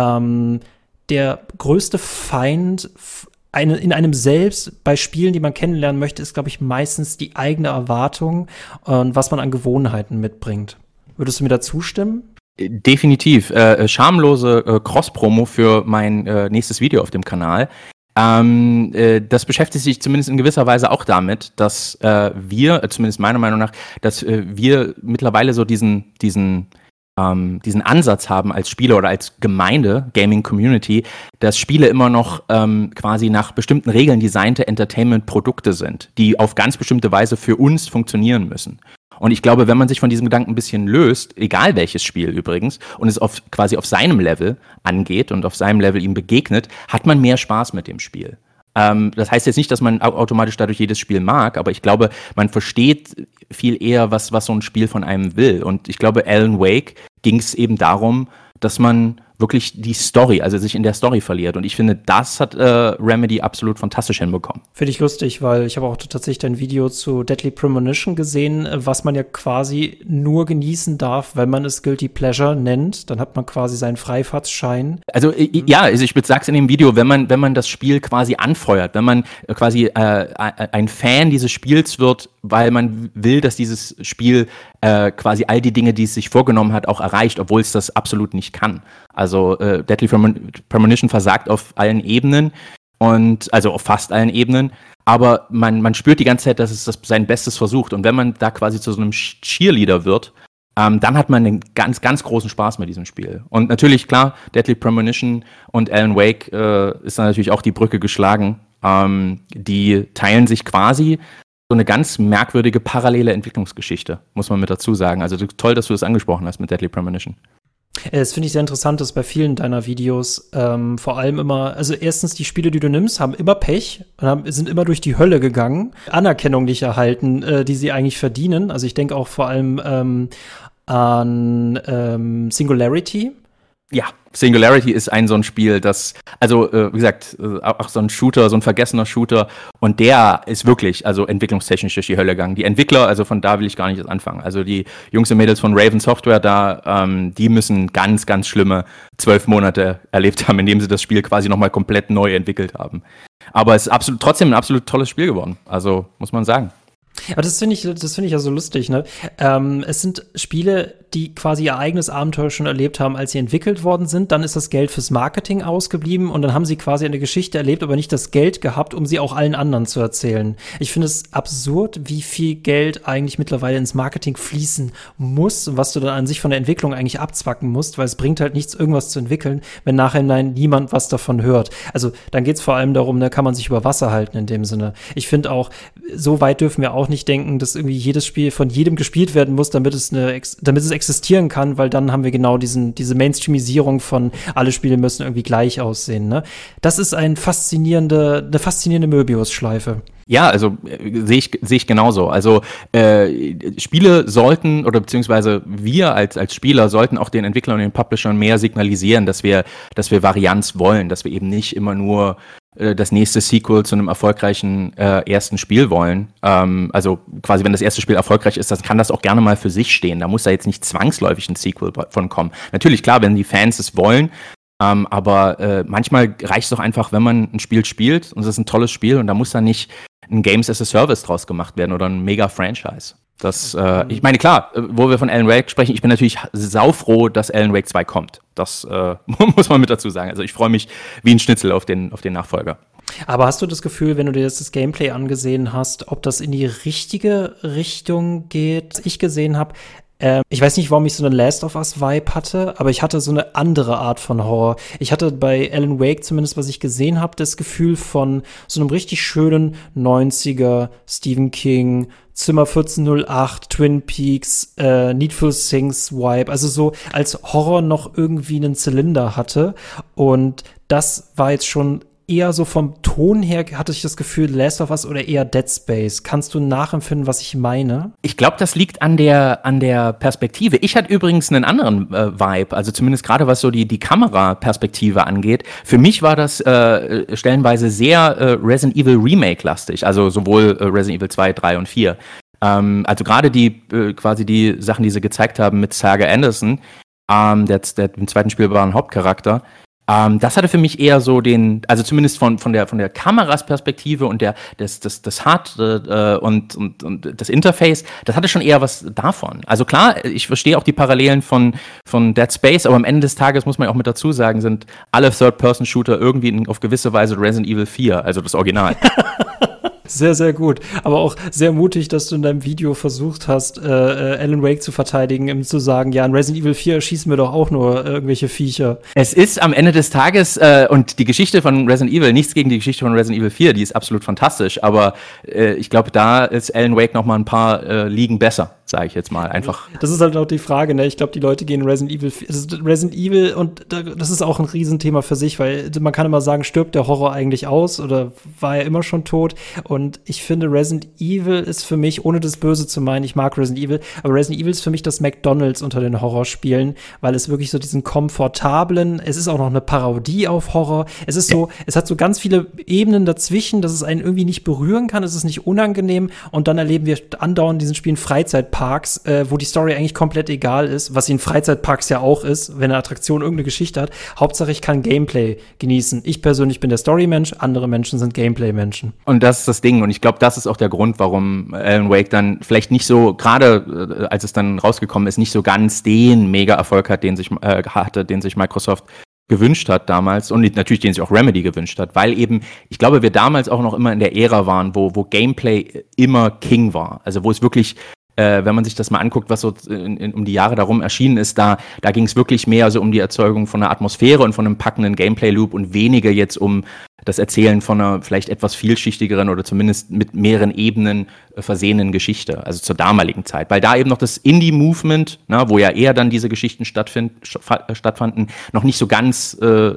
Der größte Feind in einem selbst bei Spielen, die man kennenlernen möchte, ist, glaube ich, meistens die eigene Erwartung und was man an Gewohnheiten mitbringt. Würdest du mir da zustimmen? Definitiv. Schamlose Cross-Promo für mein nächstes Video auf dem Kanal. Das beschäftigt sich zumindest in gewisser Weise auch damit, dass wir, zumindest meiner Meinung nach, dass wir mittlerweile so diesen Ansatz haben als Spieler oder als Gemeinde, Gaming-Community, dass Spiele immer noch quasi nach bestimmten Regeln designte Entertainment-Produkte sind, die auf ganz bestimmte Weise für uns funktionieren müssen. Und ich glaube, wenn man sich von diesem Gedanken ein bisschen löst, egal welches Spiel übrigens, und es quasi auf seinem Level angeht und auf seinem Level ihm begegnet, hat man mehr Spaß mit dem Spiel. Das heißt jetzt nicht, dass man automatisch dadurch jedes Spiel mag, aber ich glaube, man versteht viel eher, was so ein Spiel von einem will. Und ich glaube, Alan Wake ging es eben darum, dass man wirklich die Story, also sich in der Story verliert. Und ich finde, das hat Remedy absolut fantastisch hinbekommen. Finde ich lustig, weil ich habe auch tatsächlich dein Video zu Deadly Premonition gesehen, was man ja quasi nur genießen darf, wenn man es Guilty Pleasure nennt. Dann hat man quasi seinen Freifahrtsschein. Also ich sag's in dem Video, wenn man das Spiel quasi anfeuert, wenn man quasi ein Fan dieses Spiels wird, weil man will, dass dieses Spiel quasi all die Dinge, die es sich vorgenommen hat, auch erreicht, obwohl es das absolut nicht kann. Also Deadly Premonition versagt auf allen Ebenen und also auf fast allen Ebenen, aber man spürt die ganze Zeit, dass es sein Bestes versucht. Und wenn man da quasi zu so einem Cheerleader wird, dann hat man einen ganz, ganz großen Spaß mit diesem Spiel. Und natürlich, klar, Deadly Premonition und Alan Wake ist dann natürlich auch die Brücke geschlagen. Die teilen sich quasi so eine ganz merkwürdige parallele Entwicklungsgeschichte, muss man mit dazu sagen. Also toll, dass du das angesprochen hast mit Deadly Premonition. Das finde ich sehr interessant, dass bei vielen deiner Videos vor allem immer, also erstens die Spiele, die du nimmst, haben immer Pech und sind immer durch die Hölle gegangen, Anerkennung nicht erhalten, die sie eigentlich verdienen. Also ich denke auch vor allem an Singularity. Ja, Singularity ist so ein Spiel, das, also wie gesagt, auch so ein Shooter, so ein vergessener Shooter, und der ist wirklich, also entwicklungstechnisch durch die Hölle gegangen. Die Entwickler, also von da will ich gar nicht erst anfangen. Also die Jungs und Mädels von Raven Software da, die müssen ganz, ganz schlimme 12 Monate erlebt haben, indem sie das Spiel quasi nochmal komplett neu entwickelt haben. Aber es ist trotzdem ein absolut tolles Spiel geworden, also muss man sagen. Aber das finde ich ja so lustig, ne? Es sind Spiele, die quasi ihr eigenes Abenteuer schon erlebt haben, als sie entwickelt worden sind. Dann ist das Geld fürs Marketing ausgeblieben und dann haben sie quasi eine Geschichte erlebt, aber nicht das Geld gehabt, um sie auch allen anderen zu erzählen. Ich finde es absurd, wie viel Geld eigentlich mittlerweile ins Marketing fließen muss und was du dann an sich von der Entwicklung eigentlich abzwacken musst, weil es bringt halt nichts, irgendwas zu entwickeln, wenn nachher niemand was davon hört. Also dann geht es vor allem darum, da kann man sich über Wasser halten in dem Sinne. Ich finde auch, so weit dürfen wir auch nicht denken, dass irgendwie jedes Spiel von jedem gespielt werden muss, damit es existieren kann, weil dann haben wir genau diese Mainstreamisierung von alle Spiele müssen irgendwie gleich aussehen. Ne? Das ist eine faszinierende Möbius-Schleife. Ja, also sehe ich genauso. Also Spiele sollten, oder beziehungsweise wir als Spieler sollten auch den Entwicklern und den Publishern mehr signalisieren, dass wir Varianz wollen, dass wir eben nicht immer nur das nächste Sequel zu einem erfolgreichen ersten Spiel wollen. Also quasi, wenn das erste Spiel erfolgreich ist, dann kann das auch gerne mal für sich stehen. Da muss da jetzt nicht zwangsläufig ein Sequel von kommen. Natürlich, klar, wenn die Fans es wollen, Aber manchmal reicht es doch einfach, wenn man ein Spiel spielt und es ist ein tolles Spiel und da muss dann nicht ein Games as a Service draus gemacht werden oder ein Mega-Franchise. Ich meine, klar, wo wir von Alan Wake sprechen, ich bin natürlich saufroh, dass Alan Wake 2 kommt. Das muss man mit dazu sagen. Also ich freue mich wie ein Schnitzel auf den Nachfolger. Aber hast du das Gefühl, wenn du dir das Gameplay angesehen hast, ob das in die richtige Richtung geht? Was ich gesehen habe, ich weiß nicht, warum ich so einen Last of Us-Vibe hatte, aber ich hatte so eine andere Art von Horror. Ich hatte bei Alan Wake zumindest, was ich gesehen habe, das Gefühl von so einem richtig schönen 90er Stephen King, Zimmer 1408, Twin Peaks, Needful Things Vibe. Also so, als Horror noch irgendwie einen Zylinder hatte. Und das war jetzt schon eher so vom Ton her, hatte ich das Gefühl, Last of Us oder eher Dead Space. Kannst du nachempfinden, was ich meine? Ich glaube, das liegt an der Perspektive. Ich hatte übrigens einen anderen Vibe, also zumindest gerade was so die Kameraperspektive angeht. Für mich war das stellenweise sehr Resident Evil Remake-lastig, also sowohl Resident Evil 2, 3 und 4. Also gerade quasi die Sachen, die sie gezeigt haben mit Saga Anderson, der im zweiten spielbaren Hauptcharakter. Das hatte für mich eher so also zumindest von der Kamerasperspektive und das HUD und das Interface, das hatte schon eher was davon. Also klar, ich verstehe auch die Parallelen von Dead Space, aber am Ende des Tages muss man ja auch mit dazu sagen, sind alle Third-Person-Shooter irgendwie auf gewisse Weise Resident Evil 4, also das Original. Sehr, sehr gut. Aber auch sehr mutig, dass du in deinem Video versucht hast, Alan Wake zu verteidigen, zu sagen, ja, in Resident Evil 4 schießen wir doch auch nur irgendwelche Viecher. Es ist am Ende des Tages, und die Geschichte von Resident Evil, nichts gegen die Geschichte von Resident Evil 4, die ist absolut fantastisch, aber ich glaube, da ist Alan Wake noch mal ein paar Ligen besser, sage ich jetzt mal, einfach. Das ist halt auch die Frage, ne? Ich glaube, die Leute gehen Resident Evil 4, Resident Evil, und das ist auch ein Riesenthema für sich, weil man kann immer sagen, stirbt der Horror eigentlich aus oder war er immer schon tot? Und ich finde, Resident Evil ist für mich, ohne das Böse zu meinen, ich mag Resident Evil, aber Resident Evil ist für mich das McDonald's unter den Horrorspielen, weil es wirklich so diesen komfortablen, es ist auch noch eine Parodie auf Horror, es ist so, es hat so ganz viele Ebenen dazwischen, dass es einen irgendwie nicht berühren kann, es ist nicht unangenehm, und dann erleben wir andauernd in diesen Spielen Freizeitparks, wo die Story eigentlich komplett egal ist, was in Freizeitparks ja auch ist, wenn eine Attraktion irgendeine Geschichte hat. Hauptsache, ich kann Gameplay genießen. Ich persönlich bin der Story-Mensch, andere Menschen sind Gameplay-Menschen. Und das ist das Ding, und ich glaube, das ist auch der Grund, warum Alan Wake dann vielleicht nicht so, gerade als es dann rausgekommen ist, nicht so ganz den Mega-Erfolg hat, den sich Microsoft gewünscht hat damals, und natürlich den sich auch Remedy gewünscht hat, weil eben, ich glaube, wir damals auch noch immer in der Ära waren, wo Gameplay immer King war. Also wo es wirklich, wenn man sich das mal anguckt, was so um die Jahre darum erschienen ist, da ging es wirklich mehr so um die Erzeugung von einer Atmosphäre und von einem packenden Gameplay-Loop und weniger jetzt um das Erzählen von einer vielleicht etwas vielschichtigeren oder zumindest mit mehreren Ebenen versehenen Geschichte, also zur damaligen Zeit. Weil da eben noch das Indie-Movement, wo ja eher dann diese Geschichten stattfanden, noch nicht so ganz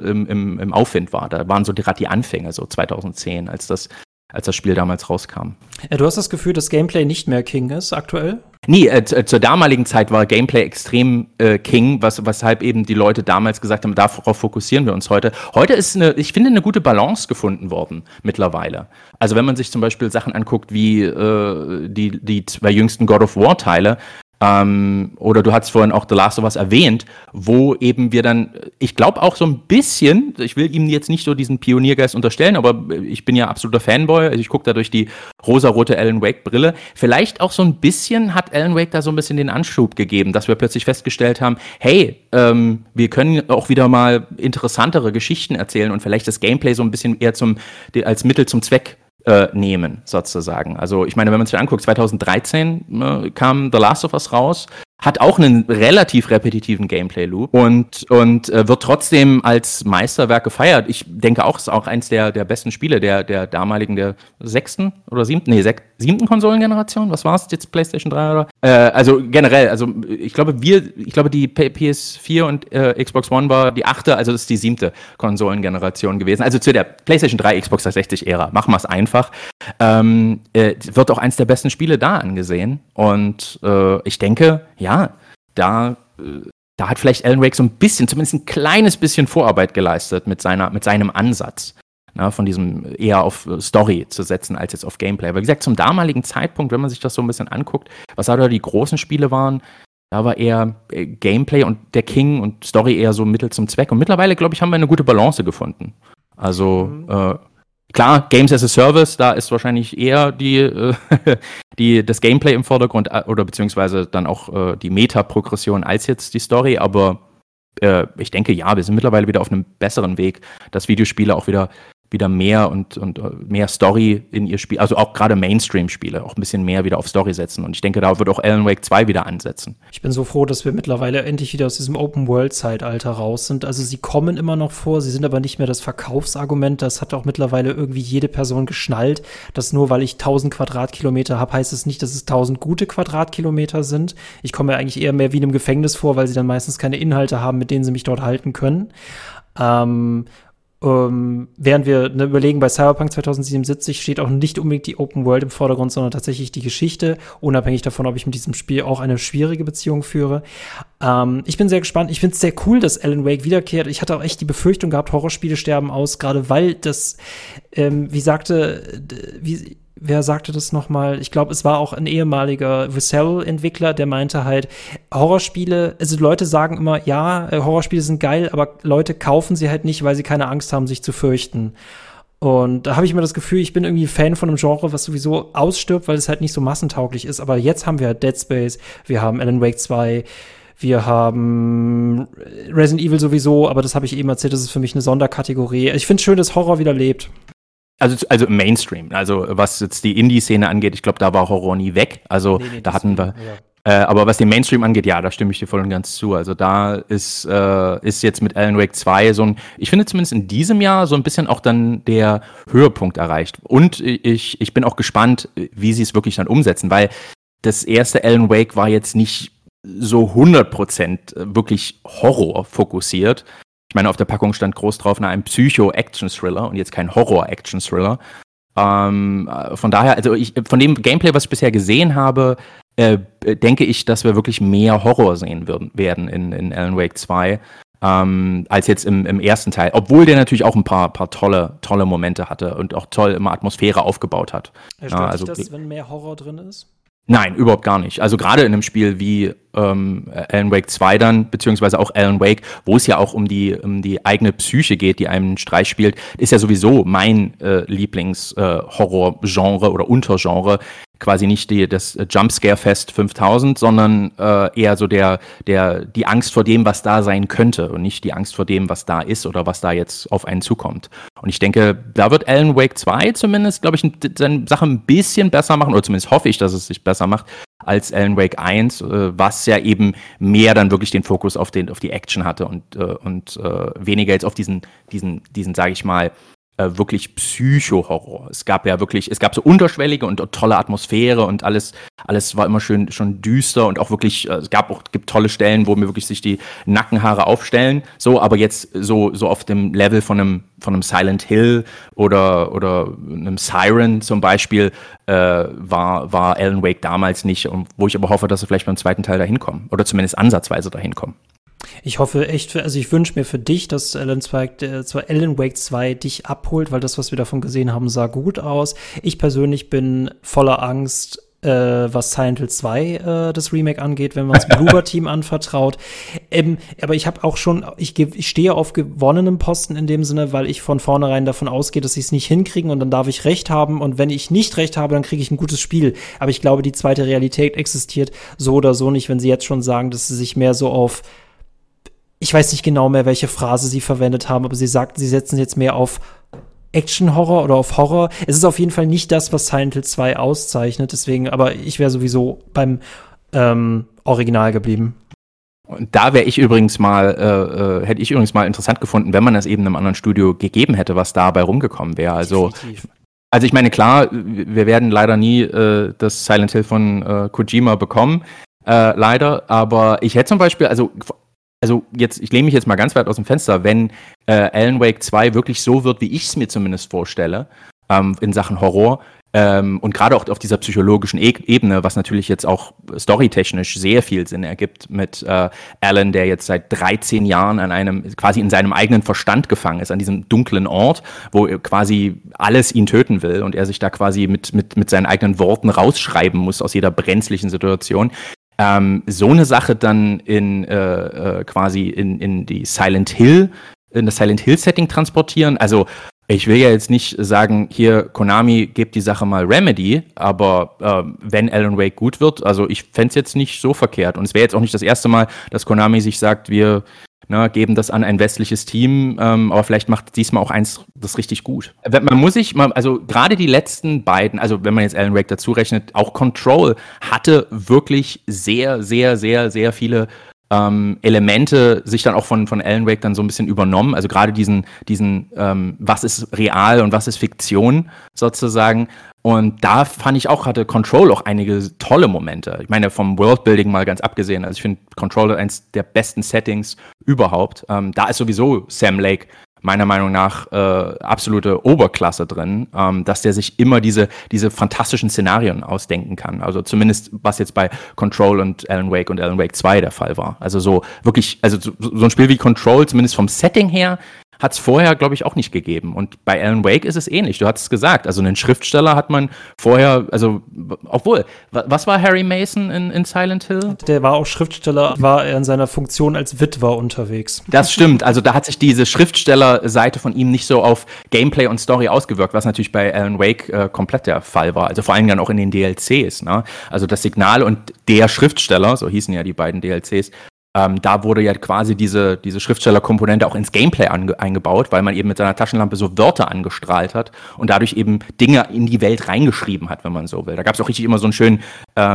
im Aufwind war. Da waren so gerade die Anfänge, so 2010, als das Spiel damals rauskam. Du hast das Gefühl, dass Gameplay nicht mehr King ist aktuell? Nee, zur damaligen Zeit war Gameplay extrem King, weshalb eben die Leute damals gesagt haben, darauf fokussieren wir uns heute. Heute ist ich finde, eine gute Balance gefunden worden mittlerweile. Also wenn man sich zum Beispiel Sachen anguckt wie die zwei jüngsten God of War Teile, oder du hast vorhin auch The Last of Us erwähnt, wo eben wir dann, ich glaube auch so ein bisschen, ich will ihm jetzt nicht so diesen Pioniergeist unterstellen, aber ich bin ja absoluter Fanboy, also ich gucke da durch die rosarote Alan Wake Brille. Vielleicht auch so ein bisschen hat Alan Wake da so ein bisschen den Anschub gegeben, dass wir plötzlich festgestellt haben, hey, wir können auch wieder mal interessantere Geschichten erzählen und vielleicht das Gameplay so ein bisschen eher als Mittel zum Zweck nehmen, sozusagen. Also ich meine, wenn man sich anguckt, 2013 kam The Last of Us raus, hat auch einen relativ repetitiven Gameplay-Loop und wird trotzdem als Meisterwerk gefeiert. Ich denke auch, es ist auch eins der besten Spiele der damaligen, der siebten Konsolengeneration. Was war es jetzt, PlayStation 3 oder? Also generell, also ich glaube die PS4 und Xbox One war die 8., also das ist die 7. Konsolengeneration gewesen. Also zu der PlayStation 3, Xbox 360-Ära. Machen wir es einfach. Wird auch eins der besten Spiele da angesehen. Und ich denke, ja, da hat vielleicht Alan Wake so ein bisschen, zumindest ein kleines bisschen Vorarbeit geleistet mit seinem Ansatz, von diesem eher auf Story zu setzen als jetzt auf Gameplay. Aber wie gesagt, zum damaligen Zeitpunkt, wenn man sich das so ein bisschen anguckt, was da die großen Spiele waren, Da war eher Gameplay und der King und Story eher so Mittel zum Zweck. Und mittlerweile, glaube ich, haben wir eine gute Balance gefunden. Also, klar, Games as a Service, da ist wahrscheinlich eher das Gameplay im Vordergrund oder beziehungsweise dann auch die Meta-Progression als jetzt die Story, aber ich denke, ja, wir sind mittlerweile wieder auf einem besseren Weg, dass Videospiele auch wieder mehr und mehr Story in ihr Spiel, also auch gerade Mainstream-Spiele, auch ein bisschen mehr wieder auf Story setzen. Und ich denke, da wird auch Alan Wake 2 wieder ansetzen. Ich bin so froh, dass wir mittlerweile endlich wieder aus diesem Open-World-Zeitalter raus sind. Also sie kommen immer noch vor, sie sind aber nicht mehr das Verkaufsargument. Das hat auch mittlerweile irgendwie jede Person geschnallt, dass nur weil ich 1000 Quadratkilometer habe, heißt es nicht, dass es 1000 gute Quadratkilometer sind. Ich komme mir eigentlich eher mehr wie in einem Gefängnis vor, weil sie dann meistens keine Inhalte haben, mit denen sie mich dort halten können. Während wir überlegen, bei Cyberpunk 2077 steht auch nicht unbedingt die Open World im Vordergrund, sondern tatsächlich die Geschichte, unabhängig davon, ob ich mit diesem Spiel auch eine schwierige Beziehung führe. Ich bin sehr gespannt. Ich finde es sehr cool, dass Alan Wake wiederkehrt. Ich hatte auch echt die Befürchtung gehabt, Horrorspiele sterben aus, gerade weil das, wer sagte das nochmal? Ich glaube, es war auch ein ehemaliger Visceral-Entwickler, der meinte halt, Horrorspiele, also Leute sagen immer, ja, Horrorspiele sind geil, aber Leute kaufen sie halt nicht, weil sie keine Angst haben, sich zu fürchten. Und da habe ich immer das Gefühl, ich bin irgendwie Fan von einem Genre, was sowieso ausstirbt, weil es halt nicht so massentauglich ist. Aber jetzt haben wir halt Dead Space, wir haben Alan Wake 2, wir haben Resident Evil sowieso, aber das habe ich eben erzählt, das ist für mich eine Sonderkategorie. Ich finde es schön, dass Horror wieder lebt. Also im Mainstream, also was jetzt die Indie-Szene angeht, ich glaube, da war Horror nie weg. Also nee, da hatten wir. Ja. Aber was den Mainstream angeht, ja, da stimme ich dir voll und ganz zu. Also da ist jetzt mit Alan Wake 2 ich finde zumindest in diesem Jahr so ein bisschen auch dann der Höhepunkt erreicht. Und ich bin auch gespannt, wie sie es wirklich dann umsetzen, weil das erste Alan Wake war jetzt nicht so 100% wirklich Horror fokussiert. Ich meine, auf der Packung stand groß drauf, ein Psycho-Action-Thriller und jetzt kein Horror-Action-Thriller. Von daher, also von dem Gameplay, was ich bisher gesehen habe, denke ich, dass wir wirklich mehr Horror sehen werden in Alan Wake 2, als jetzt im ersten Teil. Obwohl der natürlich auch ein paar tolle Momente hatte und auch toll immer Atmosphäre aufgebaut hat. Stört dich das, wenn mehr Horror drin ist? Nein, überhaupt gar nicht. Also gerade in einem Spiel wie Alan Wake 2 dann, beziehungsweise auch Alan Wake, wo es ja auch um die eigene Psyche geht, die einem einen Streich spielt, ist ja sowieso mein Lieblings-Horror-Genre oder Untergenre. Quasi nicht das Jumpscare-Fest 5000, sondern eher so die Angst vor dem, was da sein könnte und nicht die Angst vor dem, was da ist oder was da jetzt auf einen zukommt. Und ich denke, da wird Alan Wake 2 zumindest, glaube ich, seine Sache ein bisschen besser machen, oder zumindest hoffe ich, dass es sich besser macht als Alan Wake 1, was ja eben mehr dann wirklich den Fokus auf die Action hatte und weniger jetzt auf diesen, sage ich mal, wirklich Psycho-Horror. Es gab so unterschwellige und tolle Atmosphäre und alles war immer schon düster und auch wirklich, gibt tolle Stellen, wo mir wirklich sich die Nackenhaare aufstellen, so, aber jetzt so auf dem Level von einem Silent Hill oder einem Siren zum Beispiel, war Alan Wake damals nicht, und wo ich aber hoffe, dass wir vielleicht beim zweiten Teil dahin kommen oder zumindest ansatzweise dahin kommen. Ich hoffe echt, also ich wünsche mir für dich, dass Alan Wake 2 dich abholt, weil das, was wir davon gesehen haben, sah gut aus. Ich persönlich bin voller Angst, was Silent Hill 2 das Remake angeht, wenn man es Bloober-Team anvertraut. Aber ich habe auch schon, ich stehe auf gewonnenem Posten in dem Sinne, weil ich von vornherein davon ausgehe, dass sie es nicht hinkriegen und dann darf ich recht haben und wenn ich nicht recht habe, dann kriege ich ein gutes Spiel. Aber ich glaube, die zweite Realität existiert so oder so nicht, wenn sie jetzt schon sagen, dass sie sich mehr so auf, ich weiß nicht genau mehr, welche Phrase sie verwendet haben, aber sie sagten, sie setzen jetzt mehr auf Action-Horror oder auf Horror. Es ist auf jeden Fall nicht das, was Silent Hill 2 auszeichnet, deswegen, aber ich wäre sowieso beim Original geblieben. Und da hätte ich übrigens mal interessant gefunden, wenn man das eben einem anderen Studio gegeben hätte, was dabei rumgekommen wäre. Also ich meine, klar, wir werden leider nie das Silent Hill von Kojima bekommen, leider, aber ich hätte zum Beispiel, also jetzt, ich lehne mich jetzt mal ganz weit aus dem Fenster, wenn Alan Wake 2 wirklich so wird, wie ich es mir zumindest vorstelle, in Sachen Horror, und gerade auch auf dieser psychologischen Ebene, was natürlich jetzt auch storytechnisch sehr viel Sinn ergibt mit Alan, der jetzt seit 13 Jahren quasi in seinem eigenen Verstand gefangen ist, an diesem dunklen Ort, wo quasi alles ihn töten will und er sich da quasi mit seinen eigenen Worten rausschreiben muss aus jeder brenzlichen Situation. so eine Sache dann quasi in die in das Silent Hill Setting transportieren. Also ich will ja jetzt nicht sagen, hier Konami, gebt die Sache mal Remedy, aber wenn Alan Wake gut wird, also ich fände es jetzt nicht so verkehrt. Und es wäre jetzt auch nicht das erste Mal, dass Konami sich sagt, wir geben das an ein westliches Team, aber vielleicht macht diesmal auch eins das richtig gut. Man muss also gerade die letzten beiden, also wenn man jetzt Alan Wake dazu rechnet, auch Control hatte wirklich sehr, sehr, sehr, sehr viele Elemente sich dann auch von Alan Wake dann so ein bisschen übernommen. Also gerade diesen was ist real und was ist Fiktion sozusagen. Und da fand ich auch, hatte Control auch einige tolle Momente. Ich meine, vom Worldbuilding mal ganz abgesehen. Also ich finde Control eins der besten Settings überhaupt. Da ist sowieso Sam Lake meiner Meinung nach absolute Oberklasse drin, dass der sich immer diese fantastischen Szenarien ausdenken kann. Also zumindest, was jetzt bei Control und Alan Wake 2 der Fall war. Also so wirklich, also so ein Spiel wie Control, zumindest vom Setting her, hat es vorher, glaube ich, auch nicht gegeben. Und bei Alan Wake ist es ähnlich. Du hast es gesagt. Also einen Schriftsteller hat man vorher, also, obwohl, was war Harry Mason in Silent Hill? Der war auch Schriftsteller, war er in seiner Funktion als Witwer unterwegs. Das stimmt. Also da hat sich diese Schriftstellerseite von ihm nicht so auf Gameplay und Story ausgewirkt, was natürlich bei Alan Wake komplett der Fall war. Also vor allem dann auch in den DLCs. Ne? Also das Signal und der Schriftsteller, so hießen ja die beiden DLCs, da wurde ja quasi diese Schriftstellerkomponente auch ins Gameplay eingebaut, weil man eben mit seiner Taschenlampe so Wörter angestrahlt hat und dadurch eben Dinge in die Welt reingeschrieben hat, wenn man so will. Da gab es auch richtig immer so einen schönen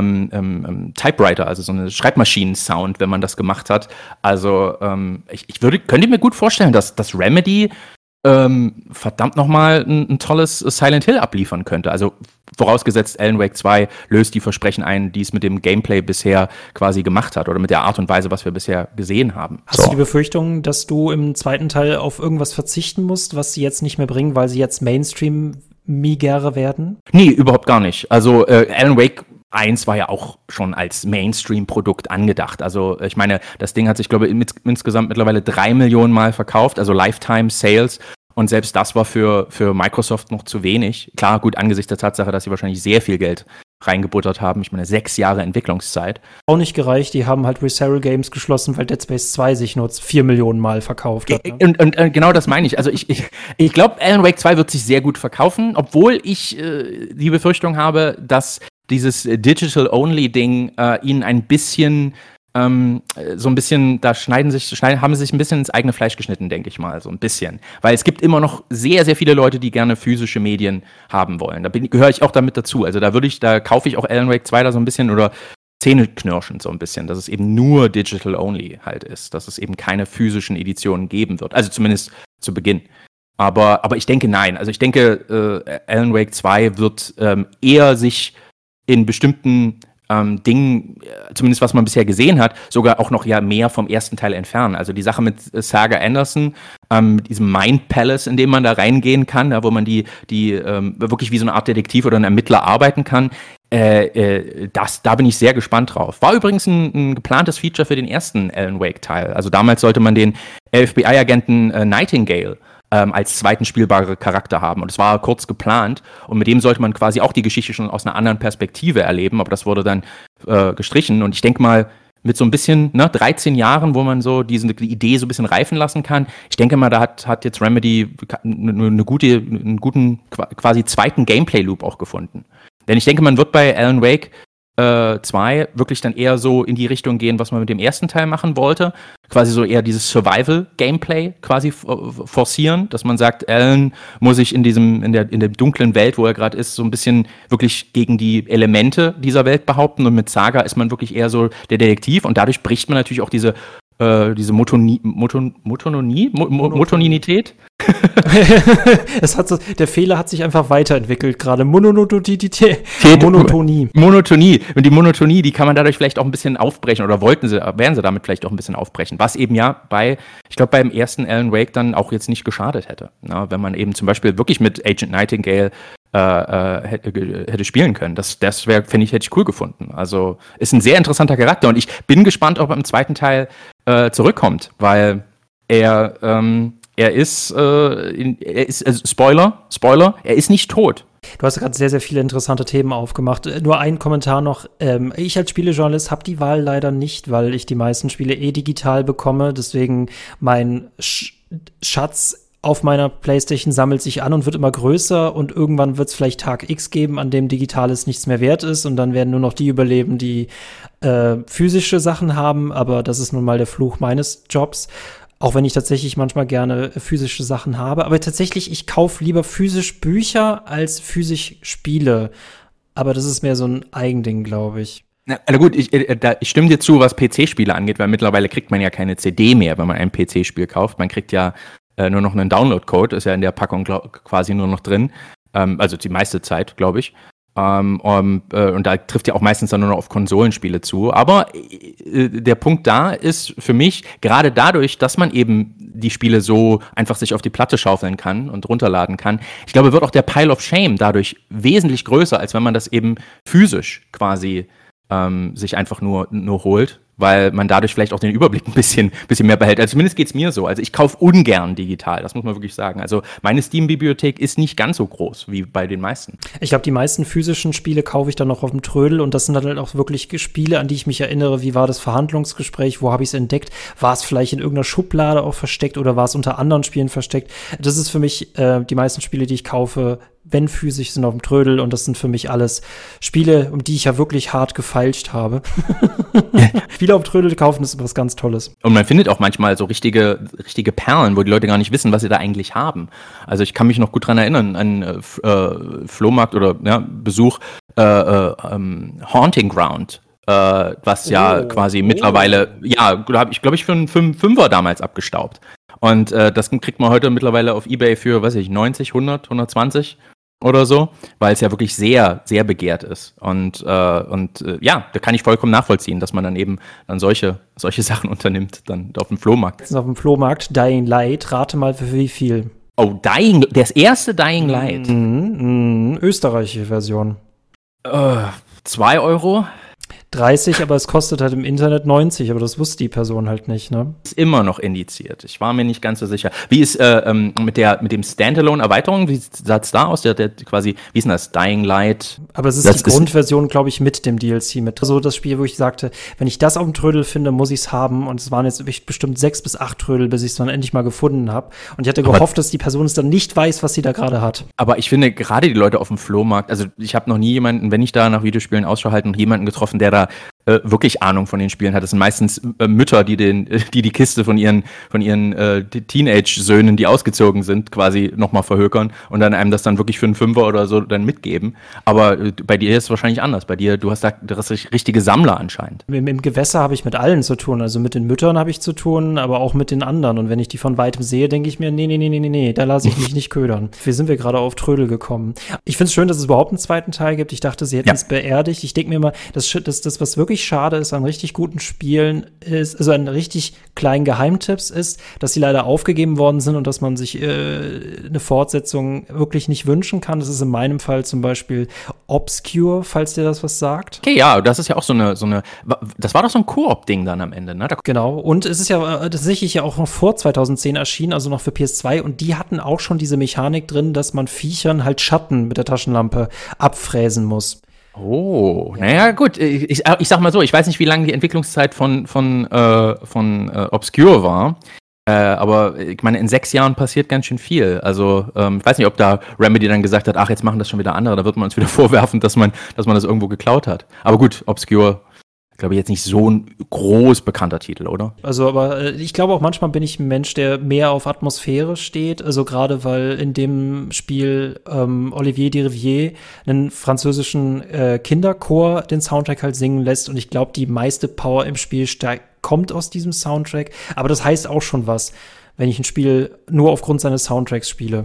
Typewriter, also so eine Schreibmaschinen-Sound, wenn man das gemacht hat. Also könnte mir gut vorstellen, dass Remedy verdammt nochmal ein tolles Silent Hill abliefern könnte. Also vorausgesetzt, Alan Wake 2 löst die Versprechen ein, die es mit dem Gameplay bisher quasi gemacht hat oder mit der Art und Weise, was wir bisher gesehen haben. Hast du die Befürchtung, dass du im zweiten Teil auf irgendwas verzichten musst, was sie jetzt nicht mehr bringen, weil sie jetzt Mainstream-Migere werden? Nee, überhaupt gar nicht. Also Alan Wake 1 war ja auch schon als Mainstream-Produkt angedacht. Also ich meine, das Ding hat sich, glaube ich, insgesamt mittlerweile 3 Millionen Mal verkauft, also Lifetime-Sales. Und selbst das war für Microsoft noch zu wenig. Klar, gut, angesichts der Tatsache, dass sie wahrscheinlich sehr viel Geld reingebuttert haben. Ich meine, 6 Jahre Entwicklungszeit. Auch nicht gereicht, die haben halt Research Games geschlossen, weil Dead Space 2 sich nur 4 Millionen Mal verkauft hat. Ne? Und genau das meine ich. Also ich glaube, Alan Wake 2 wird sich sehr gut verkaufen, obwohl ich die Befürchtung habe, dass dieses Digital-Only-Ding ihnen ein bisschen so ein bisschen, haben sie sich ein bisschen ins eigene Fleisch geschnitten, denke ich mal, so ein bisschen. Weil es gibt immer noch sehr, sehr viele Leute, die gerne physische Medien haben wollen. Da gehöre ich auch damit dazu. Also da kaufe ich auch Alan Wake 2 da so ein bisschen oder zähneknirschend so ein bisschen, dass es eben nur Digital Only halt ist, dass es eben keine physischen Editionen geben wird. Also zumindest zu Beginn. Aber ich denke, nein. Also ich denke, Alan Wake 2 wird eher sich in bestimmten Dingen, zumindest was man bisher gesehen hat, sogar auch noch ja mehr vom ersten Teil entfernen. Also die Sache mit Saga Anderson, mit diesem Mind Palace, in dem man da reingehen kann, da wo man die wirklich wie so eine Art Detektiv oder ein Ermittler arbeiten kann, da bin ich sehr gespannt drauf. War übrigens ein geplantes Feature für den ersten Alan Wake-Teil. Also damals sollte man den FBI-Agenten Nightingale als zweiten spielbaren Charakter haben. Und es war kurz geplant. Und mit dem sollte man quasi auch die Geschichte schon aus einer anderen Perspektive erleben. Aber das wurde dann gestrichen. Und ich denke mal, mit so ein bisschen, 13 Jahren, wo man so die Idee so ein bisschen reifen lassen kann. Ich denke mal, da hat jetzt Remedy einen guten quasi zweiten Gameplay-Loop auch gefunden. Denn ich denke, man wird bei Alan Wake 2 wirklich dann eher so in die Richtung gehen, was man mit dem ersten Teil machen wollte. Quasi so eher dieses Survival-Gameplay quasi forcieren, dass man sagt, Alan muss sich in der dunklen Welt, wo er gerade ist, so ein bisschen wirklich gegen die Elemente dieser Welt behaupten. Und mit Saga ist man wirklich eher so der Detektiv und dadurch bricht man natürlich auch diese Motoninität. Der Fehler hat sich einfach weiterentwickelt gerade. Monotonie. Monotonie. Und die Monotonie, die kann man dadurch vielleicht auch ein bisschen aufbrechen oder werden sie damit vielleicht auch ein bisschen aufbrechen. Was eben ja beim ersten Alan Wake dann auch jetzt nicht geschadet hätte. Na, wenn man eben zum Beispiel wirklich mit Agent Nightingale hätte spielen können. Das wäre, finde ich, hätte ich cool gefunden. Also ist ein sehr interessanter Charakter und ich bin gespannt, ob er im zweiten Teil zurückkommt, weil er ist also Spoiler, er ist nicht tot. Du hast gerade sehr, sehr viele interessante Themen aufgemacht. Nur ein Kommentar noch. Ich als Spielejournalist habe die Wahl leider nicht, weil ich die meisten Spiele digital bekomme. Deswegen mein Schatz auf meiner PlayStation sammelt sich an und wird immer größer und irgendwann wird es vielleicht Tag X geben, an dem Digitales nichts mehr wert ist und dann werden nur noch die überleben, die physische Sachen haben, aber das ist nun mal der Fluch meines Jobs, auch wenn ich tatsächlich manchmal gerne physische Sachen habe, aber tatsächlich, ich kaufe lieber physisch Bücher als physisch Spiele, aber das ist mehr so ein Eigending, glaube ich. Na gut, ich stimme dir zu, was PC-Spiele angeht, weil mittlerweile kriegt man ja keine CD mehr, wenn man ein PC-Spiel kauft. Man kriegt ja nur noch einen Download-Code, ist ja in der Packung quasi nur noch drin. Also die meiste Zeit, glaube ich. Und da trifft ja auch meistens dann nur noch auf Konsolenspiele zu. Aber der Punkt da ist für mich, gerade dadurch, dass man eben die Spiele so einfach sich auf die Platte schaufeln kann und runterladen kann, ich glaube, wird auch der Pile of Shame dadurch wesentlich größer, als wenn man das eben physisch quasi sich einfach nur holt, weil man dadurch vielleicht auch den Überblick ein bisschen mehr behält. Also zumindest geht's mir so. Also ich kaufe ungern digital, das muss man wirklich sagen. Also meine Steam-Bibliothek ist nicht ganz so groß wie bei den meisten. Ich glaube, die meisten physischen Spiele kaufe ich dann noch auf dem Trödel und das sind dann halt auch wirklich Spiele, an die ich mich erinnere. Wie war das Verhandlungsgespräch? Wo habe ich es entdeckt? War es vielleicht in irgendeiner Schublade auch versteckt oder war es unter anderen Spielen versteckt? Das ist für mich die meisten Spiele, die ich kaufe, wenn physisch, sind auf dem Trödel und das sind für mich alles Spiele, um die ich ja wirklich hart gefeilscht habe. Spiele auf Trödel kaufen ist was ganz Tolles. Und man findet auch manchmal so richtige Perlen, wo die Leute gar nicht wissen, was sie da eigentlich haben. Also ich kann mich noch gut dran erinnern an Flohmarkt oder Besuch Haunting Ground. Was ja quasi mittlerweile, habe ich für einen Fünfer damals abgestaubt. Und das kriegt man heute mittlerweile auf eBay für, 90, 100, 120 oder so, weil es ja wirklich sehr, sehr begehrt ist. Und da kann ich vollkommen nachvollziehen, dass man dann eben dann solche Sachen unternimmt, dann auf dem Flohmarkt. Das ist auf dem Flohmarkt, Dying Light, rate mal für wie viel? Oh, das erste Dying Light. Österreichische Version. 2 Euro? 30, aber es kostet halt im Internet 90, aber das wusste die Person halt nicht, ne? Ist immer noch indiziert. Ich war mir nicht ganz so sicher. Wie ist mit dem Standalone-Erweiterung, wie sah es da aus? Der quasi, wie ist denn das? Dying Light? Aber es ist die Grundversion, glaube ich, mit dem DLC mit. So das Spiel, wo ich sagte, wenn ich das auf dem Trödel finde, muss ich es haben. Und es waren jetzt bestimmt 6 bis 8 Trödel, bis ich es dann endlich mal gefunden habe. Und ich hatte gehofft, dass die Person es dann nicht weiß, was sie da gerade hat. Aber ich finde, gerade die Leute auf dem Flohmarkt, also ich habe noch nie jemanden, wenn ich da nach Videospielen Ausschau halte, noch jemanden getroffen, der da wirklich Ahnung von den Spielen hat. Das sind meistens Mütter, die die Kiste von ihren Teenage-Söhnen, die ausgezogen sind, quasi nochmal verhökern und dann einem das dann wirklich für einen Fünfer oder so dann mitgeben. Aber bei dir ist es wahrscheinlich anders. Bei dir, du hast richtige Sammler anscheinend. Im Gewässer habe ich mit allen zu tun. Also mit den Müttern habe ich zu tun, aber auch mit den anderen. Und wenn ich die von weitem sehe, denke ich mir, nee, da lasse ich mich nicht ködern. Wie sind wir gerade auf Trödel gekommen? Ich finde es schön, dass es überhaupt einen zweiten Teil gibt. Ich dachte, sie hätten es beerdigt. Ich denke mir immer, das, was wirklich schade ist an richtig guten Spielen, ist, also an richtig kleinen Geheimtipps ist, dass sie leider aufgegeben worden sind und dass man sich eine Fortsetzung wirklich nicht wünschen kann. Das ist in meinem Fall zum Beispiel Obscure, falls dir das was sagt. Okay, ja, das ist ja auch so eine, das war doch so ein Koop-Ding dann am Ende, ne? Genau, und es ist ja tatsächlich ja auch noch vor 2010 erschienen, also noch für PS2 und die hatten auch schon diese Mechanik drin, dass man Viechern halt Schatten mit der Taschenlampe abfräsen muss. Oh, naja, gut. Ich sag mal so, ich weiß nicht, wie lange die Entwicklungszeit von Obscure war. Aber ich meine, in 6 Jahren passiert ganz schön viel. Also, ich weiß nicht, ob da Remedy dann gesagt hat, ach, jetzt machen das schon wieder andere. Da wird man uns wieder vorwerfen, dass man das irgendwo geklaut hat. Aber gut, Obscure, glaube ich, jetzt nicht so ein groß bekannter Titel, oder? Also, aber ich glaube auch manchmal bin ich ein Mensch, der mehr auf Atmosphäre steht. Also gerade weil in dem Spiel Olivier Derivière einen französischen Kinderchor den Soundtrack halt singen lässt. Und ich glaube, die meiste Power im Spiel kommt aus diesem Soundtrack. Aber das heißt auch schon was, wenn ich ein Spiel nur aufgrund seines Soundtracks spiele.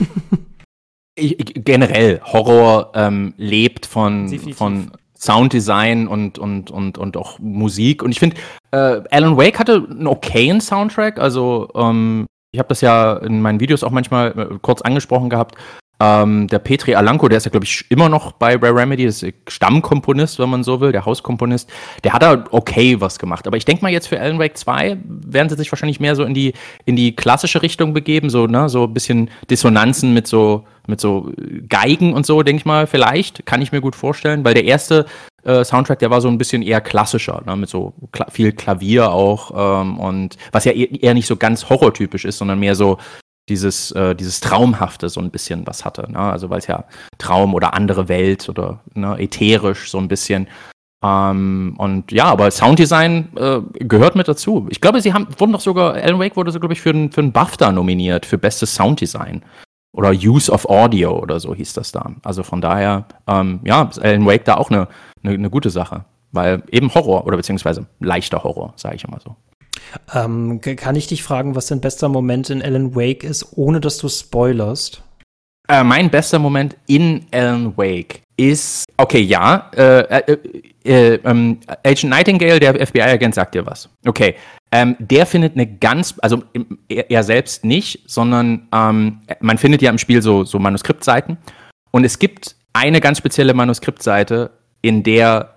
Generell, Horror lebt von Sounddesign und auch Musik. Und ich finde, Alan Wake hatte einen okayen Soundtrack. Also ich habe das ja in meinen Videos auch manchmal kurz angesprochen gehabt. Der Petri Alanko, der ist ja, glaube ich, immer noch bei Remedy, das ist Stammkomponist, wenn man so will, der Hauskomponist. Der hat da okay was gemacht. Aber ich denke mal, jetzt für Alan Wake 2 werden sie sich wahrscheinlich mehr so in die klassische Richtung begeben, so ein bisschen Dissonanzen mit so Geigen und so, denke ich mal, vielleicht. Kann ich mir gut vorstellen, weil der erste Soundtrack, der war so ein bisschen eher klassischer, ne, mit so viel Klavier auch und was ja eher nicht so ganz horrortypisch ist, sondern mehr so dieses Traumhafte so ein bisschen was hatte, ne? Also weil es ja Traum oder andere Welt oder ne, ätherisch so ein bisschen. Und ja, aber Sounddesign gehört mit dazu. Ich glaube, Alan Wake wurde so, glaube ich, für einen BAFTA nominiert, für bestes Sounddesign. Oder Use of Audio oder so hieß das da. Also von daher, ist Alan Wake da auch eine gute Sache. Weil eben Horror oder beziehungsweise leichter Horror, sage ich immer so. Kann ich dich fragen, was dein bester Moment in Alan Wake ist, ohne dass du spoilerst? Mein bester Moment in Alan Wake ist, okay, ja, Agent Nightingale, der FBI-Agent, sagt dir was. Okay, der findet also er selbst nicht, sondern man findet ja im Spiel so Manuskriptseiten und es gibt eine ganz spezielle Manuskriptseite, in der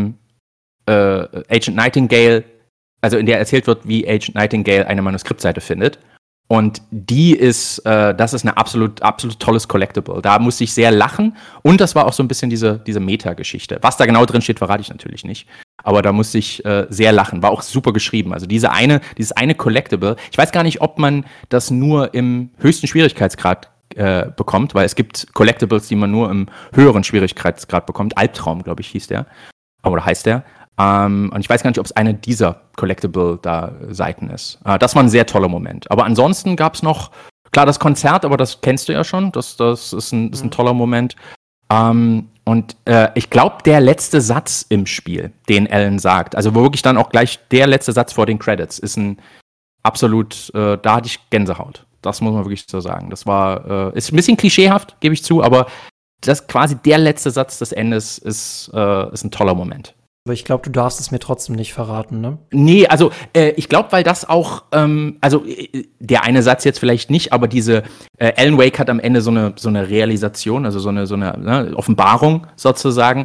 Agent Nightingale, also in der erzählt wird, wie Agent Nightingale eine Manuskriptseite findet. Und das ist eine absolut tolles Collectible. Da musste ich sehr lachen. Und das war auch so ein bisschen diese Meta-Geschichte. Was da genau drin steht, verrate ich natürlich nicht. Aber da musste ich sehr lachen. War auch super geschrieben. Also dieses eine Collectible. Ich weiß gar nicht, ob man das nur im höchsten Schwierigkeitsgrad bekommt, weil es gibt Collectibles, die man nur im höheren Schwierigkeitsgrad bekommt. Albtraum, glaube ich, hieß der. Oder heißt der. Und ich weiß gar nicht, ob es eine dieser Collectible-Seiten ist. Das war ein sehr toller Moment. Aber ansonsten gab es noch, klar, das Konzert, aber das kennst du ja schon. Das ist ein toller Moment. Und ich glaube, der letzte Satz im Spiel, den Alan sagt, also wo wirklich dann auch gleich der letzte Satz vor den Credits, ist ein absolut, da hatte ich Gänsehaut. Das muss man wirklich so sagen. Das ist ein bisschen klischeehaft, gebe ich zu, aber das quasi der letzte Satz des Endes ist ein toller Moment. Aber ich glaube, du darfst es mir trotzdem nicht verraten, ne? Nee, also ich glaube, weil das auch, der eine Satz jetzt vielleicht nicht, aber Alan Wake hat am Ende so eine Realisation, also so eine Offenbarung sozusagen,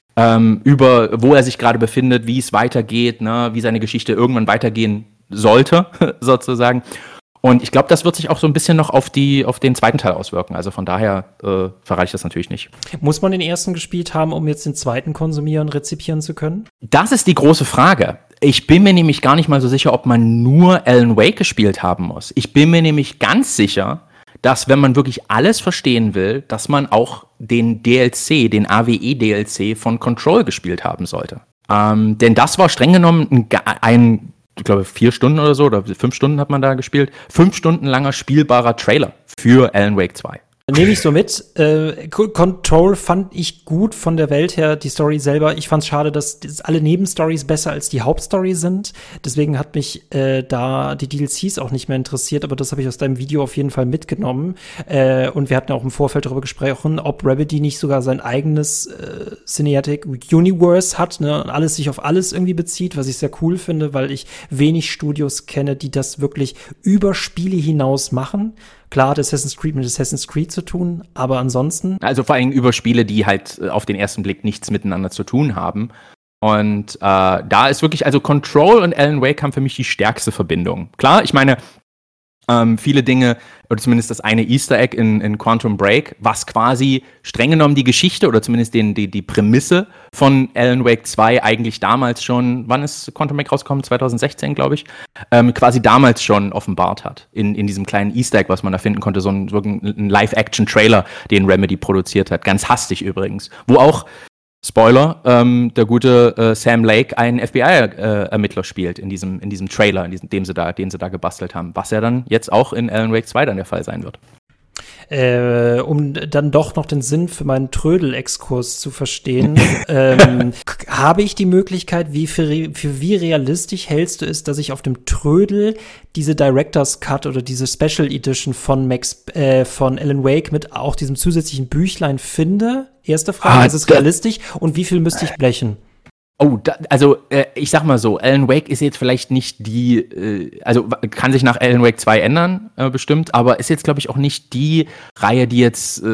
über wo er sich gerade befindet, wie es weitergeht, ne, wie seine Geschichte irgendwann weitergehen sollte, sozusagen. Und ich glaube, das wird sich auch so ein bisschen noch auf den zweiten Teil auswirken. Also von daher verrate ich das natürlich nicht. Muss man den ersten gespielt haben, um jetzt den zweiten konsumieren, rezipieren zu können? Das ist die große Frage. Ich bin mir nämlich gar nicht mal so sicher, ob man nur Alan Wake gespielt haben muss. Ich bin mir nämlich ganz sicher, dass wenn man wirklich alles verstehen will, dass man auch den DLC, den AWE-DLC von Control gespielt haben sollte. Denn das war streng genommen ich glaube, 4 Stunden oder so, oder 5 Stunden hat man da gespielt. 5 Stunden langer spielbarer Trailer für Alan Wake 2. Nehme ich so mit. Control fand ich gut von der Welt her, die Story selber. Ich fand es schade, dass alle Nebenstories besser als die Hauptstory sind. Deswegen hat mich da die DLCs auch nicht mehr interessiert, aber das habe ich aus deinem Video auf jeden Fall mitgenommen. Und wir hatten auch im Vorfeld darüber gesprochen, ob Remedy nicht sogar sein eigenes Cinematic Universe hat, ne, und alles sich auf alles irgendwie bezieht, was ich sehr cool finde, weil ich wenig Studios kenne, die das wirklich über Spiele hinaus machen. Klar hat Assassin's Creed mit Assassin's Creed zu tun, aber ansonsten. Also vor allem über Spiele, die halt auf den ersten Blick nichts miteinander zu tun haben. Und da ist wirklich, also Control und Alan Wake haben für mich die stärkste Verbindung. Klar, ich meine, viele Dinge, oder zumindest das eine Easter Egg in Quantum Break, was quasi streng genommen die Geschichte oder zumindest die Prämisse von Alan Wake 2 eigentlich damals schon, wann ist Quantum Break rausgekommen? 2016, glaube ich, quasi damals schon offenbart hat. In diesem kleinen Easter Egg, was man da finden konnte, so ein Live-Action-Trailer, den Remedy produziert hat. Ganz hastig übrigens. Wo auch Spoiler, der gute Sam Lake einen FBI-Ermittler spielt in diesem Trailer, den sie da gebastelt haben, was ja dann jetzt auch in Alan Wake 2 dann der Fall sein wird. Um dann doch noch den Sinn für meinen Trödel-Exkurs zu verstehen, habe ich die Möglichkeit, für wie realistisch hältst du es, dass ich auf dem Trödel diese Director's Cut oder diese Special Edition von Alan Wake mit auch diesem zusätzlichen Büchlein finde? Erste Frage, ist es realistisch? Und wie viel müsste ich blechen? Ich sag mal so, Alan Wake ist jetzt vielleicht nicht also kann sich nach Alan Wake 2 ändern, bestimmt, aber ist jetzt, glaube ich, auch nicht die Reihe, die jetzt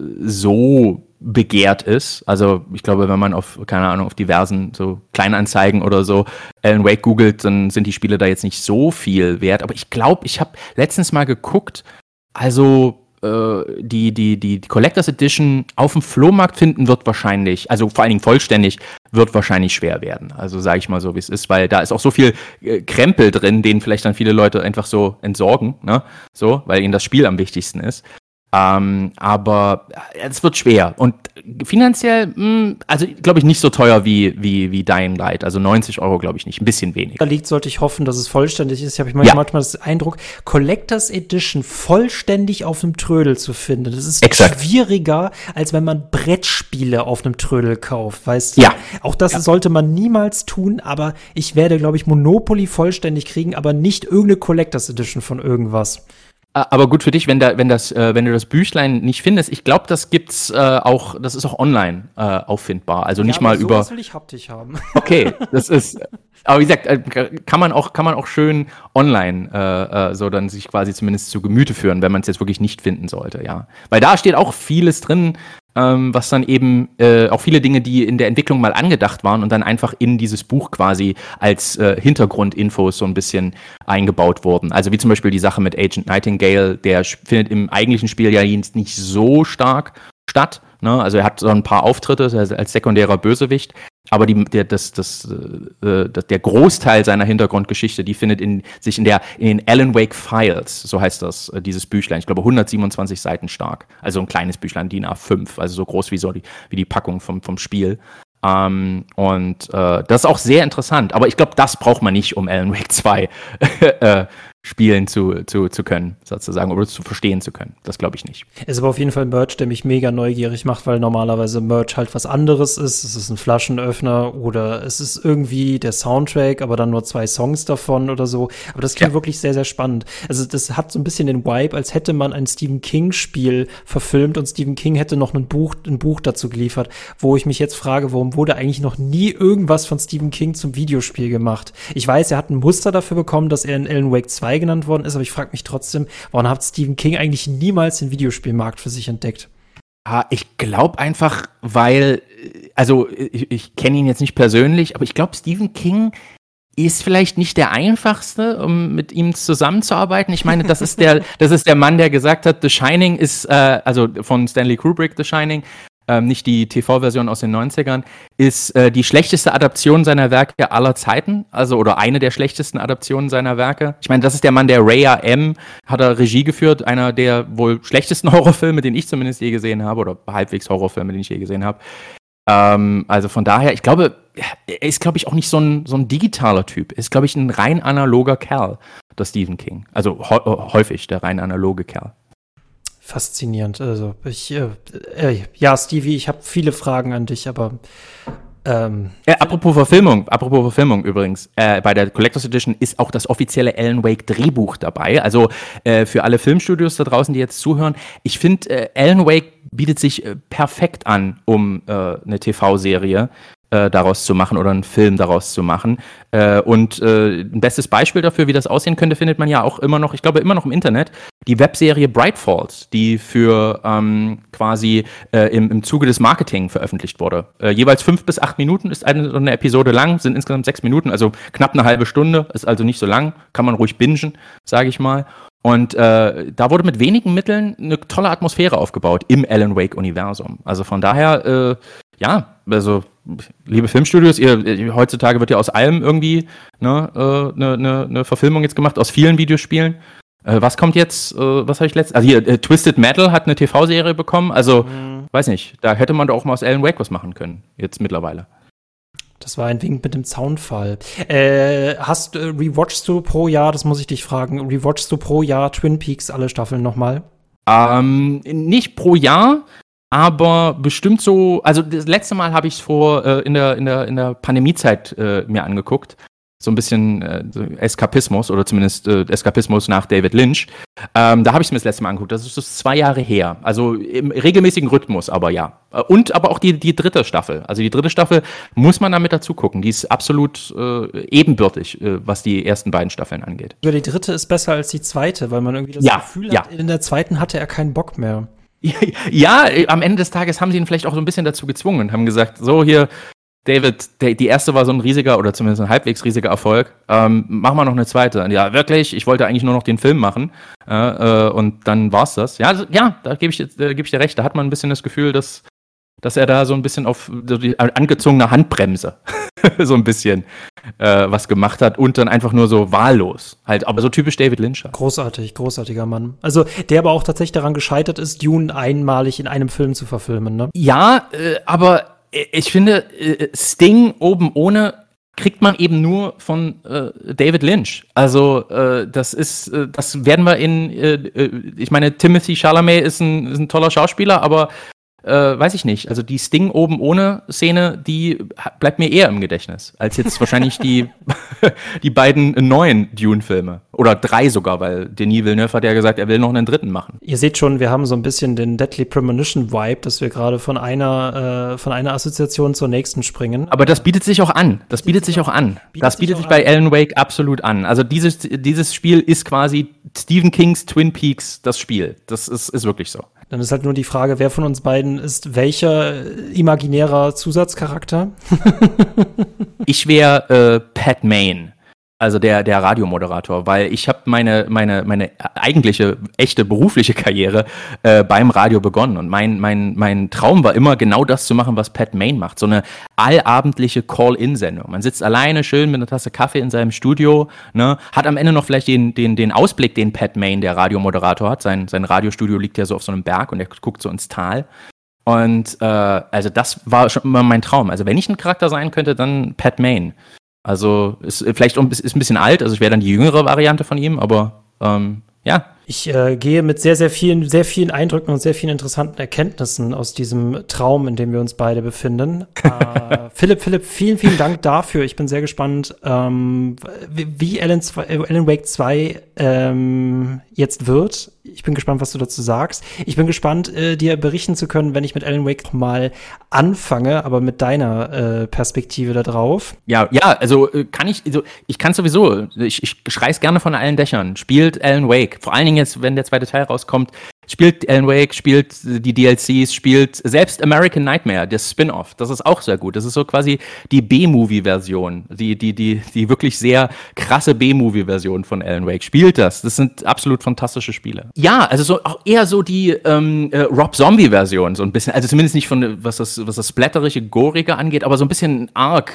so begehrt ist. Also ich glaube, wenn man auf diversen so Kleinanzeigen oder so Alan Wake googelt, dann sind die Spiele da jetzt nicht so viel wert. Aber ich glaube, ich habe letztens mal geguckt, also die Collectors Edition auf dem Flohmarkt finden wird wahrscheinlich, also vor allen Dingen vollständig, wird wahrscheinlich schwer werden. Also sage ich mal so, wie es ist, weil da ist auch so viel Krempel drin, den vielleicht dann viele Leute einfach so entsorgen, ne? So, weil ihnen das Spiel am wichtigsten ist. Aber es wird schwer. Und finanziell, also glaube ich, nicht so teuer wie Dying Light. Also 90 Euro glaube ich nicht, ein bisschen weniger. Da liegt, sollte ich hoffen, dass es vollständig ist. Ich habe manchmal das Eindruck, Collectors Edition vollständig auf einem Trödel zu finden. Das ist schwieriger, als wenn man Brettspiele auf einem Trödel kauft, weißt du? Ja. Auch das sollte man niemals tun, aber ich werde, glaube ich, Monopoly vollständig kriegen, aber nicht irgendeine Collectors Edition von irgendwas. Aber gut für dich, wenn du das Büchlein nicht findest, ich glaube, das gibt's auch, das ist auch online auffindbar. Also nicht mal über. Das will ich haptisch haben. Okay, das ist. Aber wie gesagt, kann man auch schön online so dann sich quasi zumindest zu Gemüte führen, wenn man es jetzt wirklich nicht finden sollte, ja. Weil da steht auch vieles drin, was dann eben auch viele Dinge, die in der Entwicklung mal angedacht waren und dann einfach in dieses Buch quasi als Hintergrundinfos so ein bisschen eingebaut wurden. Also wie zum Beispiel die Sache mit Agent Nightingale, der findet im eigentlichen Spiel ja nicht so stark statt. Ne? Also er hat so ein paar Auftritte als sekundärer Bösewicht, aber der Großteil seiner Hintergrundgeschichte, die findet sich in den Alan Wake Files, so heißt das, dieses Büchlein. Ich glaube 127 Seiten stark. Also ein kleines Büchlein, DIN A5, also so groß wie die Packung vom Spiel. Das ist auch sehr interessant, aber ich glaube, das braucht man nicht, um Alan Wake 2 spielen zu können, sozusagen, oder zu verstehen zu können. Das glaube ich nicht. Ist aber auf jeden Fall ein Merch, der mich mega neugierig macht, weil normalerweise Merch halt was anderes ist. Es ist ein Flaschenöffner oder es ist irgendwie der Soundtrack, aber dann nur 2 Songs davon oder so. Aber das klingt wirklich sehr, sehr spannend. Also das hat so ein bisschen den Vibe, als hätte man ein Stephen King-Spiel verfilmt und Stephen King hätte noch ein Buch dazu geliefert, wo ich mich jetzt frage, warum wurde eigentlich noch nie irgendwas von Stephen King zum Videospiel gemacht? Ich weiß, er hat ein Muster dafür bekommen, dass er in Alan Wake 2 genannt worden ist, aber ich frage mich trotzdem, warum hat Stephen King eigentlich niemals den Videospielmarkt für sich entdeckt? Ich glaube einfach, weil, also ich kenne ihn jetzt nicht persönlich, aber ich glaube, Stephen King ist vielleicht nicht der einfachste, um mit ihm zusammenzuarbeiten. Ich meine, das ist der Mann, der gesagt hat, The Shining ist, also von Stanley Kubrick, The Shining, nicht die TV-Version aus den 90ern, ist die schlechteste Adaption seiner Werke aller Zeiten, also oder eine der schlechtesten Adaptionen seiner Werke. Ich meine, das ist der Mann, der Ray M. hat er Regie geführt, einer der wohl schlechtesten Horrorfilme, den ich zumindest je gesehen habe, oder halbwegs Horrorfilme, den ich je gesehen habe. Also von daher, ich glaube, er ist, glaube ich, auch nicht so ein digitaler Typ. Er ist, glaube ich, ein rein analoger Kerl, der Stephen King. Also häufig der rein analoge Kerl. Faszinierend. Also Stevie, ich habe viele Fragen an dich, aber apropos Verfilmung übrigens, bei der Collectors Edition ist auch das offizielle Alan Wake Drehbuch dabei. Also für alle Filmstudios da draußen, die jetzt zuhören, ich finde, Alan Wake bietet sich perfekt an, um eine TV-Serie daraus zu machen oder einen Film daraus zu machen. Ein bestes Beispiel dafür, wie das aussehen könnte, findet man ja auch immer noch im Internet, die Webserie Bright Falls, die für quasi im Zuge des Marketing veröffentlicht wurde. Jeweils 5 bis 8 Minuten ist eine Episode lang, sind insgesamt 6 Minuten, also knapp eine halbe Stunde, ist also nicht so lang, kann man ruhig bingen, sage ich mal. Und da wurde mit wenigen Mitteln eine tolle Atmosphäre aufgebaut im Alan Wake-Universum. Also von daher, also liebe Filmstudios, heutzutage wird ja aus allem irgendwie eine Verfilmung jetzt gemacht, aus vielen Videospielen. Was kommt jetzt? Was habe ich letztens? Also hier, Twisted Metal hat eine TV-Serie bekommen. Also, weiß nicht, da hätte man doch auch mal aus Alan Wake was machen können, jetzt mittlerweile. Das war ein Wink mit dem Zaunfall. Rewatchst du pro Jahr, das muss ich dich fragen, rewatchst du pro Jahr Twin Peaks alle Staffeln nochmal? Nicht pro Jahr, aber bestimmt so, also das letzte Mal habe ich es in der Pandemiezeit mir angeguckt. so ein bisschen so Eskapismus oder zumindest Eskapismus nach David Lynch. Da habe ich es mir das letzte Mal angeguckt. Das ist 2 Jahre her. Also im regelmäßigen Rhythmus, aber ja. Und aber auch die dritte Staffel. Also die dritte Staffel muss man damit dazu gucken. Die ist absolut ebenbürtig, was die ersten beiden Staffeln angeht. Aber die dritte ist besser als die zweite, weil man irgendwie das Gefühl hat, in der zweiten hatte er keinen Bock mehr. Ja, am Ende des Tages haben sie ihn vielleicht auch so ein bisschen dazu gezwungen und haben gesagt, so hier, David, die erste war so ein riesiger oder zumindest ein halbwegs riesiger Erfolg. Mach mal noch eine zweite. Und ja, wirklich, ich wollte eigentlich nur noch den Film machen. Und dann war's das. Ja, also, da gebe ich dir recht. Da hat man ein bisschen das Gefühl, dass er da so ein bisschen auf die angezogene Handbremse so ein bisschen was gemacht hat und dann einfach nur so wahllos. Halt, aber so typisch David Lynch. Großartiger Mann. Also, der aber auch tatsächlich daran gescheitert ist, Dune einmalig in einem Film zu verfilmen, ne? Ja, aber ich finde, Sting oben ohne kriegt man eben nur von David Lynch. Also das werden wir ich meine, Timothée Chalamet ist ein toller Schauspieler, aber weiß ich nicht. Also die Sting oben ohne Szene, die bleibt mir eher im Gedächtnis, als jetzt wahrscheinlich die beiden neuen Dune-Filme. Oder 3 sogar, weil Denis Villeneuve hat ja gesagt, er will noch einen dritten machen. Ihr seht schon, wir haben so ein bisschen den Deadly Premonition-Vibe, dass wir gerade von einer Assoziation zur nächsten springen. Aber das bietet sich auch an. Das bietet sich bei Alan Wake absolut an. Also dieses Spiel ist quasi Stephen Kings Twin Peaks das Spiel. Das ist wirklich so. Dann ist halt nur die Frage, wer von uns beiden ist welcher imaginärer Zusatzcharakter? Ich wäre Pat Maine, also der Radiomoderator, weil ich habe meine eigentliche, echte berufliche Karriere beim Radio begonnen und mein Traum war immer, genau das zu machen, was Pat Maine macht, so eine allabendliche Call-In-Sendung. Man sitzt alleine schön mit einer Tasse Kaffee in seinem Studio, ne, hat am Ende noch vielleicht den Ausblick, den Pat Maine, der Radiomoderator, hat. Sein Radiostudio liegt ja so auf so einem Berg und er guckt so ins Tal. Und also das war schon immer mein Traum. Also wenn ich ein Charakter sein könnte, dann Pat Maine. Also ist vielleicht ein bisschen alt, also ich wäre dann die jüngere Variante von ihm, aber ja. Ich gehe mit sehr, sehr vielen Eindrücken und sehr vielen interessanten Erkenntnissen aus diesem Traum, in dem wir uns beide befinden. Philipp, vielen, vielen Dank dafür. Ich bin sehr gespannt, wie Alan Wake 2 jetzt wird. Ich bin gespannt, was du dazu sagst. Ich bin gespannt, dir berichten zu können, wenn ich mit Alan Wake mal anfange, aber mit deiner Perspektive da drauf. Ja, also ich kann sowieso, ich schrei's gerne von allen Dächern. Spielt Alan Wake, vor allen Dingen jetzt, wenn der zweite Teil rauskommt, spielt Alan Wake, spielt die DLCs, spielt selbst American Nightmare, das Spin-Off. Das ist auch sehr gut. Das ist so quasi die B-Movie-Version, die wirklich sehr krasse B-Movie-Version von Alan Wake. Spielt das. Das sind absolut fantastische Spiele. Ja, also so auch eher so die Rob Zombie-Version, so ein bisschen. Also zumindest nicht von was das splatterige, gorige angeht, aber so ein bisschen arg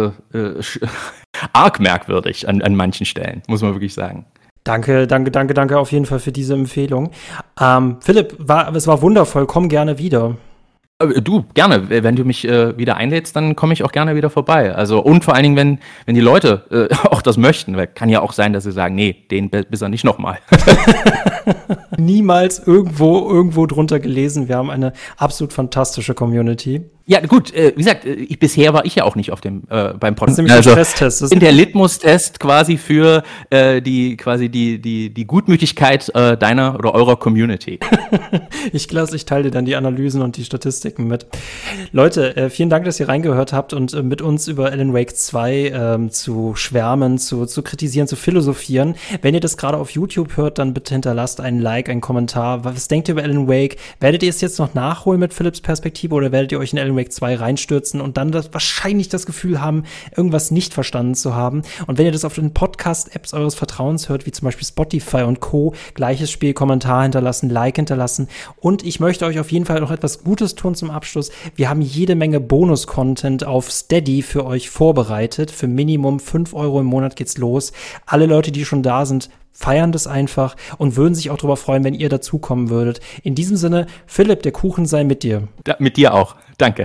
merkwürdig an manchen Stellen, muss man wirklich sagen. Danke auf jeden Fall für diese Empfehlung. Philipp, es war wundervoll, komm gerne wieder. Du, gerne. Wenn du mich wieder einlädst, dann komme ich auch gerne wieder vorbei. Also und vor allen Dingen, wenn die Leute auch das möchten, weil kann ja auch sein, dass sie sagen, nee, den bisher nicht nochmal. Niemals irgendwo drunter gelesen. Wir haben eine absolut fantastische Community. Ja, gut, wie gesagt, bisher war ich ja auch nicht auf dem beim Podcast. Das ist nämlich der Stresstest. In der Litmus-Test quasi für die Gutmütigkeit deiner oder eurer Community. Ich teile dir dann die Analysen und die Statistiken mit. Leute, vielen Dank, dass ihr reingehört habt und mit uns über Alan Wake 2 zu schwärmen, zu kritisieren, zu philosophieren. Wenn ihr das gerade auf YouTube hört, dann bitte hinterlasst einen Like, einen Kommentar. Was denkt ihr über Alan Wake? Werdet ihr es jetzt noch nachholen mit Philipps Perspektive oder werdet ihr euch in Alan Wake 2 reinstürzen und dann wahrscheinlich das Gefühl haben, irgendwas nicht verstanden zu haben? Und wenn ihr das auf den Podcast-Apps eures Vertrauens hört, wie zum Beispiel Spotify und Co., gleiches Spiel, Kommentar hinterlassen, Like hinterlassen. Und ich möchte euch auf jeden Fall noch etwas Gutes tun zum Abschluss. Wir haben jede Menge Bonus-Content auf Steady für euch vorbereitet. Für Minimum 5 € im Monat geht's los. Alle Leute, die schon da sind, feiern das einfach und würden sich auch darüber freuen, wenn ihr dazukommen würdet. In diesem Sinne, Philipp, der Kuchen sei mit dir. Ja, mit dir auch. Danke.